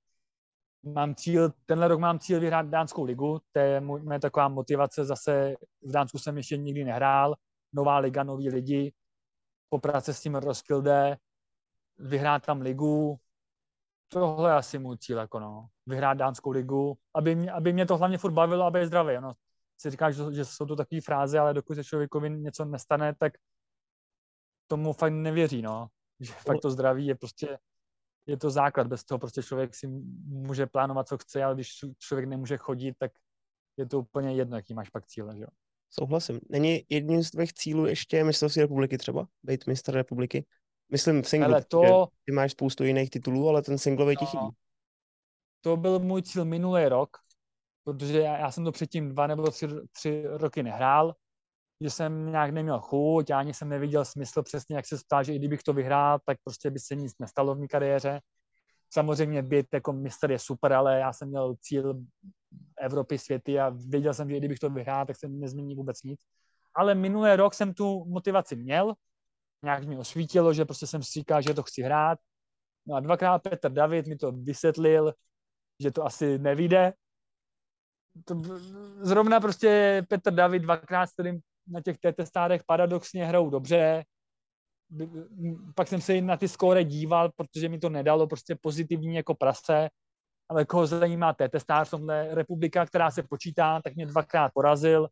tenhle rok mám cíl vyhrát dánskou ligu, to je moje taková motivace, zase v Dánsku jsem ještě nikdy nehrál, nová liga, noví lidi, poprat se s tím Roskilde, vyhrát tam ligu, tohle je asi můj cíl, jako no, vyhrát dánskou ligu, aby mě to hlavně furt bavilo, aby je zdravý, no. Si říkáš, že jsou to takové fráze, ale dokud se člověkovi něco nestane, tak tomu fakt nevěří, no, že fakt to zdraví je prostě, je to základ, bez toho prostě člověk si může plánovat, co chce, ale když člověk nemůže chodit, tak je to úplně jedno, jaký máš pak cíle, že jo.
Souhlasím. Není jedním z tvých cílů ještě mistrovství republiky třeba? Být mistr republiky? Myslím v singlu, ty máš spoustu jiných titulů, ale ten singlový ti chybí.
To byl můj cíl minulý rok, protože já jsem to předtím 2 nebo 3 roky nehrál, že jsem nějak neměl chuť, ani jsem neviděl smysl přesně, jak se stát, že i kdybych to vyhrál, tak prostě by se nic nestalo v mé kariéře. Samozřejmě být jako mistr je super, ale já jsem měl cíl Evropy, světy a věděl jsem, že i kdybych to vyhrál, tak se nezmění vůbec nic. Ale minulý rok jsem tu motivaci měl, nějak mi osvítilo, že prostě jsem si říkal, že to chci hrát. No a 2krát Petr David mi to vysvětlil, že to asi nevyjde. Zrovna prostě Petr David 2krát, s kterým na těch Tetestárech paradoxně hrajou dobře. Pak jsem se jim na ty skóre díval, protože mi to nedalo prostě pozitivní jako prase, ale koho zajímá Tetestář, tomhle republika, která se počítá, tak mě 2krát porazil.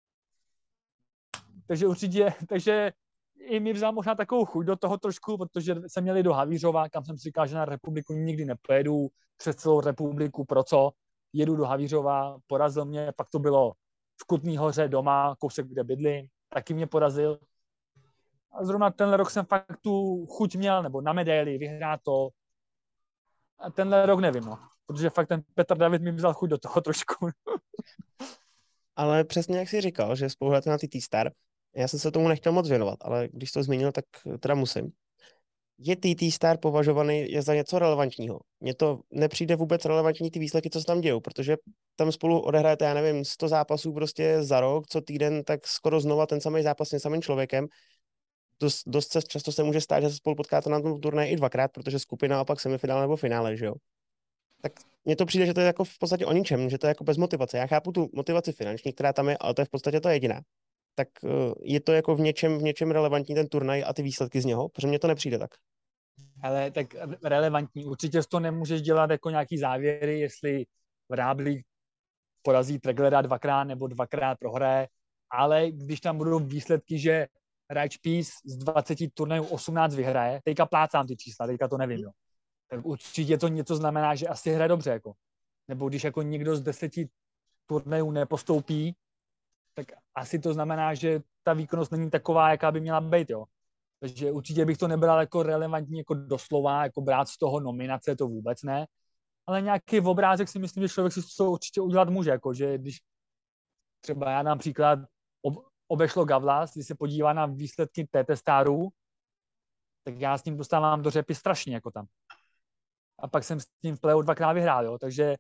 Takže určitě, i mi vzal možná takovou chuť do toho trošku, protože jsem měl do Havířova, kam jsem si říkal, že na republiku nikdy nepojedu, přes celou republiku, pro co? Jedu do Havířova, porazil mě, pak to bylo v Kutný Hoře doma, kousek, kde bydlím, taky mě porazil. A zrovna tenhle rok jsem fakt tu chuť měl, nebo na medaili, vyhrát to. A tenhle rok nevím, no, protože fakt ten Petr David mi vzal chuť do toho trošku.
Ale přesně jak jsi říkal, že spoluhráte na ty T-Star, já jsem se tomu nechtěl moc věnovat, ale když to zmínil, tak teda musím. Je T-Star považovaný za něco relevantního? Mně to nepřijde vůbec relevantní ty výsledky, co se tam dějou, protože tam spolu odehrajete, já nevím, 100 zápasů prostě za rok, co týden, tak skoro znova ten samý zápas s tím samým člověkem. Dost často se může stát, že se spolu potkáte na tom turnaji i 2krát, protože skupina a pak semifinále nebo finále, že jo? Tak mně to přijde, že to je jako v podstatě o ničem, že to je jako bez motivace. Já chápu tu motivaci finanční, která tam je, ale to je v podstatě to jediná. tak je to jako v něčem relevantní ten turnaj a ty výsledky z něho? Protože mně to nepřijde tak.
Ale tak relevantní. Určitě to nemůžeš dělat jako nějaký závěry, jestli Vráblík porazí Treglera dvakrát nebo dvakrát prohraje, ale když tam budou výsledky, že hráč Peace z 20 turnajů 18 vyhraje, teďka plácám ty čísla, teďka to nevím, jo. Tak určitě to něco znamená, že asi hraje dobře, jako. Nebo když jako někdo z 10 turnajů nepostoupí, tak asi to znamená, že ta výkonnost není taková, jaká by měla být, jo. Takže určitě bych to nebral jako relevantní, jako doslova, jako brát z toho nominace, to vůbec ne. Ale nějaký obrázek si myslím, že člověk si to určitě udělat může, jako, že když třeba já například obešlo Gavlas, když se podívá na výsledky TT Starů, tak já s ním dostávám do řepy strašně, jako tam. A pak jsem s tím v playu dvakrát vyhrál, jo, takže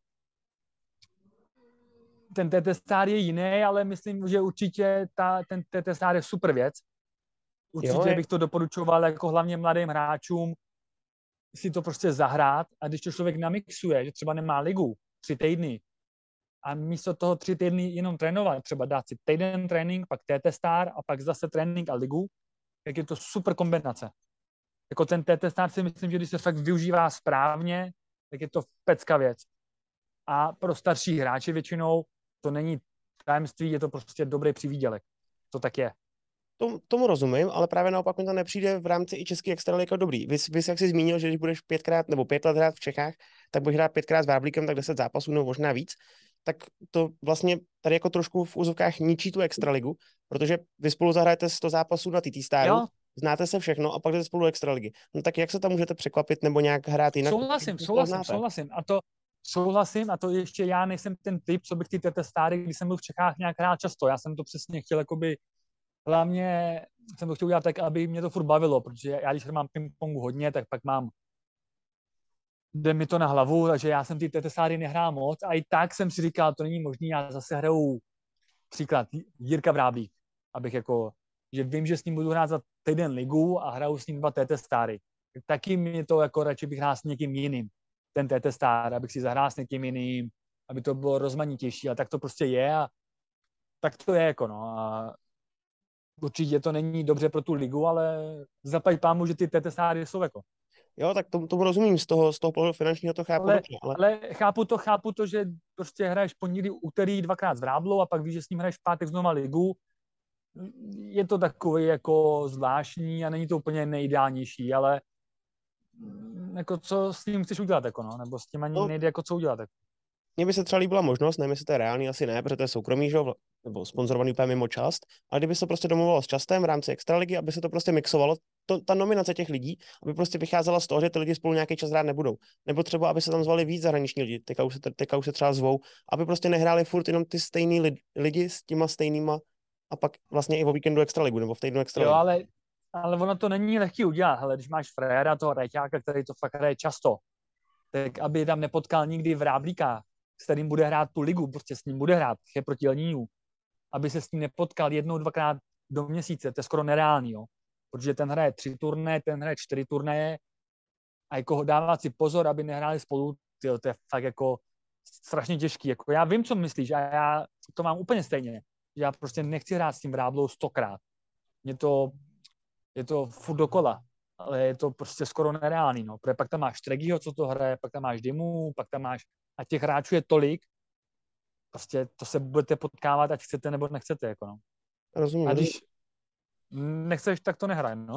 ten TT Star je jiný, ale myslím, že určitě ten TT Star je super věc. Určitě bych to doporučoval jako hlavně mladým hráčům si to prostě zahrát a když to člověk namixuje, že třeba nemá ligu 3 týdny a místo toho 3 týdny jenom trénovat, třeba dát si týden trénink, pak TT Star a pak zase trénink a ligu, tak je to super kombinace. Jako ten TT Star si myslím, že když se fakt využívá správně, tak je to pecka věc. A pro starší hráče většinou to není tajemství, je to prostě dobrý přivídělek. To tak je.
Tomu rozumím, ale právě naopak mi to nepřijde v rámci i české extraligy jako dobrý. Vy jak jsi zmínil, že když budeš 5krát nebo 5 let hrát v Čechách, tak budeš hrát 5krát s Vráblíkem, tak 10 zápasů nebo možná víc, tak to vlastně tady jako trošku v úzovkách ničí tu extraligu, protože vy spolu zahrajete 100 zápasů na TT Staru, znáte se všechno a pak jdete spolu do extraligy. No tak jak se tam můžete překvapit nebo nějak hrát jinak?
Souhlasím a to ještě já nejsem ten typ, co bych ty TT Stary, když jsem byl v Čechách nějak hrát často. Já jsem to přesně chtěl jakoby hlavně jsem to chtěl udělat tak, aby mě to furt bavilo, protože já když mám ping-pongu hodně, tak pak jde mi to na hlavu, takže já jsem ty TT nehrál moc a i tak jsem si říkal, to není možný, já zase hraju příklad Jirka Vráblík, abych jako, že vím, že s ním budu hrát za týden ligu a hraju s ním 2 TT Stary. Taky mi to jako radši bych hrál s někým jiným, ten TT Star, abych si zahrál s někým jiným, aby to bylo rozmanitější, a tak to prostě je a tak to je jako no a určitě to není dobře pro tu ligu, ale zaplať pámu, že ty TT Stary jsou jako.
Jo, tak tomu rozumím, z toho pohledu finančního to chápu dobře,
ale chápu to, že prostě hraješ pondělí, úterý 2krát s Vráblou a pak víš, že s ním hraješ v pátek znova ligu. Je to takový jako zvláštní a není to úplně nejideálnější, ale jako co s tím chceš udělat, jako no, nebo s tím ani nejde jako co udělat. Jako.
Mně by se třeba líbila možnost, nevím, jestli to je reálný, asi ne, protože to je soukromý, že? Nebo sponzorovaný úplně mimo část, ale kdyby se to prostě domluvilo s častem v rámci extraligy, aby se to prostě mixovalo, ta nominace těch lidí, aby prostě vycházela z toho, že ty lidi spolu nějaký čas hrát nebudou. Nebo třeba, aby se tam zvali víc zahraniční lidi, teďka už se třeba zvou, aby prostě nehráli furt jenom ty stejný lidi s těma stejnýma a pak vlastně i o víkendu extraligu nebo v týdnu extraligu.
Jo, ale ono to není lehký udělat, hele, když máš Frejera, toho Reťáka, který to fakt hraje často, tak aby tam nepotkal nikdy Vráblíka, s kterým bude hrát tu ligu, prostě s ním bude hrát, je proti Jelnínu, aby se s ním nepotkal 1-2krát do měsíce, to je skoro nereálný, jo. Protože ten hraje 3 turnaje, ten hraje 4 turnaje a jako dávat si pozor, aby nehráli spolu, tyjo, to je fakt jako strašně těžký. Jako já vím, co myslíš a já to mám úplně stejně. Já prostě nechci hrát s tím Vráblou 100krát. Je to furt dokola, ale je to prostě skoro nereálný, no. Protože pak tam máš Tregiho, co to hraje, pak tam máš Dymu, pak tam máš, a těch hráčů je tolik, prostě to se budete potkávat, ať chcete nebo nechcete, jako no.
Rozumím.
A když nechceš, tak to nehraj, no.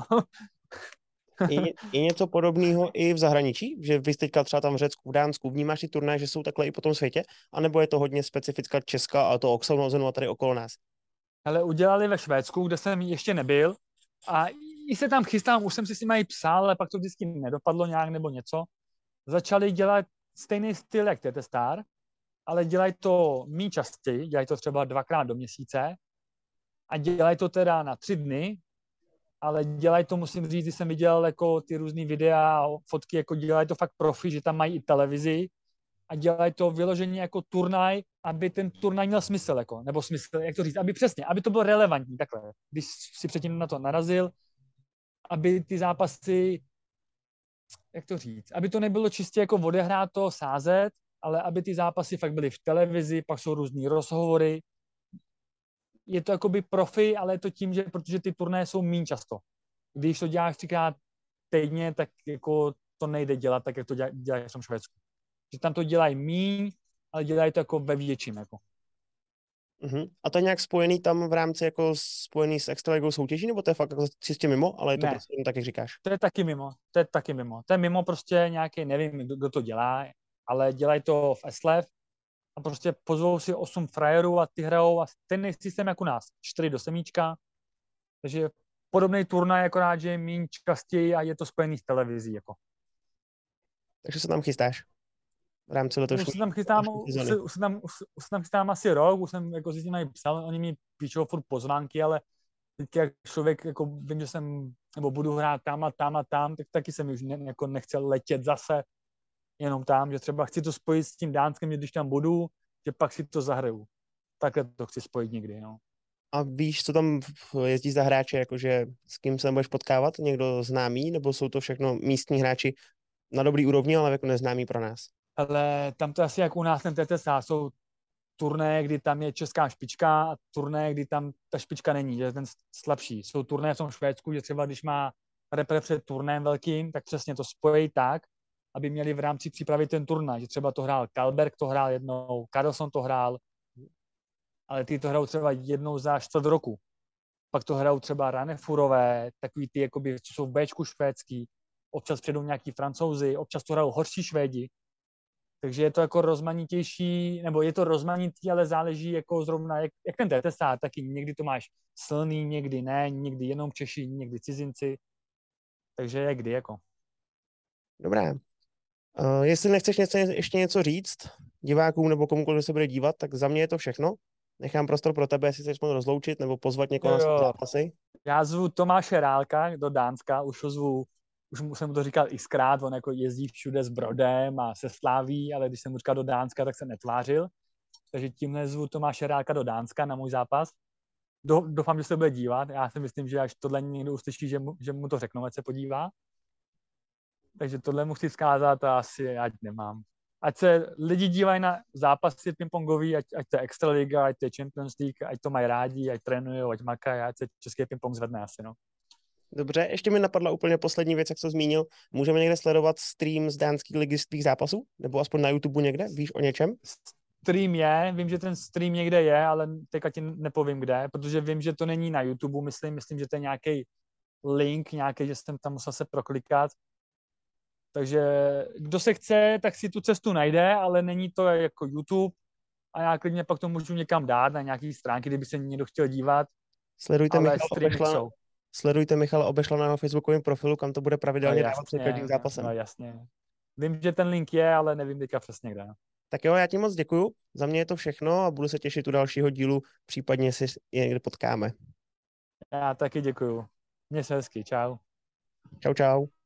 Je něco podobného i v zahraničí? Že vy teďka třeba tam v Řecku, v Dánsku vnímáš ty turnaje, že jsou takhle i po tom světě? A nebo je to hodně specifická Česka a to Oxenhozenu a tady okolo nás?
Ale udělali ve Švédsku, kde jsem ještě nebyl a i se tam chystám, už jsem si s nimi psal, ale pak to vždycky nedopadlo nějak nebo něco. Začali dělat stejný styl, jak TT Star, ale dělají to méně častěji, dělají to třeba 2krát do měsíce a dělají to teda na 3 dny, ale dělají to, musím říct, když jsem viděl jako ty různý videa a fotky, jako dělají to fakt profi, že tam mají i televizi a dělají to vyloženě jako turnaj, aby ten turnaj měl smysl, jako, nebo smysl, jak to říct, aby přesně, aby to bylo relevantní, takhle, když si předtím na to narazil, aby ty zápasy, jak to říct, aby to nebylo čistě jako odehrát to, sázet, ale aby ty zápasy fakt byly v televizi, pak jsou různý rozhovory, je to jakoby profi, ale je to tím, že protože ty turnaje jsou méně často. Když to děláš 3krát týdně, tak jako to nejde dělat tak, jak to děláš v tom Švédsku. Že tam to dělají míň, ale dělají to jako ve větším. Jako.
A to je nějak spojený tam v rámci jako spojený s extraligou soutěží, nebo to je fakt jako čistě mimo, ale je to
Ne,
prostě jen tak, jak říkáš?
to je taky mimo. To je mimo prostě nějaký, nevím, kdo to dělá, ale dělají to v Eslev a prostě pozvou si 8 frajerů a ty hrajou a ten systém jako u nás, 4 do semíčka, takže podobný turnaj, akorát, že je méně častěji a je to spojený s televizí. Jako.
Takže se tam chystáš v rámci
Už se tam chystám,
letošní sezony.
už se tam chystám asi rok, už jsem jako si s nimi psal, oni mi píšou furt pozvánky, ale teď jak člověk, jako vím, že jsem, nebo budu hrát tam a tam a tam, tak taky jsem už jako nechcel letět zase jenom tam, že třeba chci to spojit s tím Dánskem, že když tam budu, že pak si to zahraju. Takhle to chci spojit někdy, no.
A víš, co tam jezdí za hráče, jakože s kým se budeš potkávat? Někdo známý, nebo jsou to všechno místní hráči na dobrý úrovni, ale jako neznámý pro nás?
Ale tam to asi jak u nás ten TTSA, jsou turné, kdy tam je česká špička a turné, kdy tam ta špička není, že je ten slabší. Jsou turné v tom Švédsku, že třeba když má repre před turnem velkým, tak přesně to spojí tak, aby měli v rámci přípravy ten turnaj, že třeba to hrál Kalberg, to hrál jednou, Carlson to hrál, ale ty to hrajou třeba jednou za čtvrt roku. Pak to hrajou třeba Ranefurové, takový ty, jakoby, co jsou v Bčku švédský, občas přijdou nějaký Francouzi, občas to hrajou horší Švédi, takže je to jako rozmanitější, nebo je to rozmanitý, ale záleží jako zrovna, jak ten TTSA, taky někdy to máš silný, někdy ne, někdy jenom Češi, někdy cizinci, takže je kdy jako.
Dobrá. Jestli nechceš ještě něco říct divákům nebo komukoliv se bude dívat, tak za mě je to všechno. Nechám prostor pro tebe, jestli chceš rozloučit nebo pozvat někoho na své zápasy.
Já zvu Tomáše Rálka do Dánska, už ho zvu, už jsem mu to říkal xkrát, on jako jezdí všude s Brodem a se Sláví, ale když jsem mu říkal do Dánska, tak se netvářil. Takže tímhle zvu Tomáše Rálka do Dánska na můj zápas. Doufám, že se bude dívat. Já si myslím, že až tohle někdo uslyší, že mu to řeknou, ať se podívá. Takže tohle mu chci vzkázat a asi ať nemám. Ať se lidi dívají na zápasy pingpongový, ať to je Extraliga, ať to je Champions League, ať to mají rádi, ať trénují, ať makají, ať se český pingpong zvedne asi, no.
Dobře, ještě mi napadla úplně poslední věc, jak jsi zmínil. Můžeme někde sledovat stream z dánských ligy z tvých zápasů? Nebo aspoň na YouTube někde? Víš o něčem?
Stream je, vím, že ten stream někde je, ale teďka ti nepovím kde, protože vím, že to není na YouTube, myslím, že to je nějaký link, nějaký, že jsem tam musel se proklikat. Takže kdo se chce, tak si tu cestu najde, ale není to jako YouTube a já klidně pak to můžu někam dát na nějaký stránky, kdyby se někdo chtěl dívat.
Sledujte Michala Obešla na jeho facebookovém profilu, kam to bude pravidelně dávat před každým zápasem.
No jasně. Vím, že ten link je, ale nevím teďka přesně kde.
Tak jo, já ti moc děkuju. Za mě je to všechno a budu se těšit u dalšího dílu, případně si je někde potkáme.
Já taky děkuju. Měj se hezky, čau.
Čau, čau.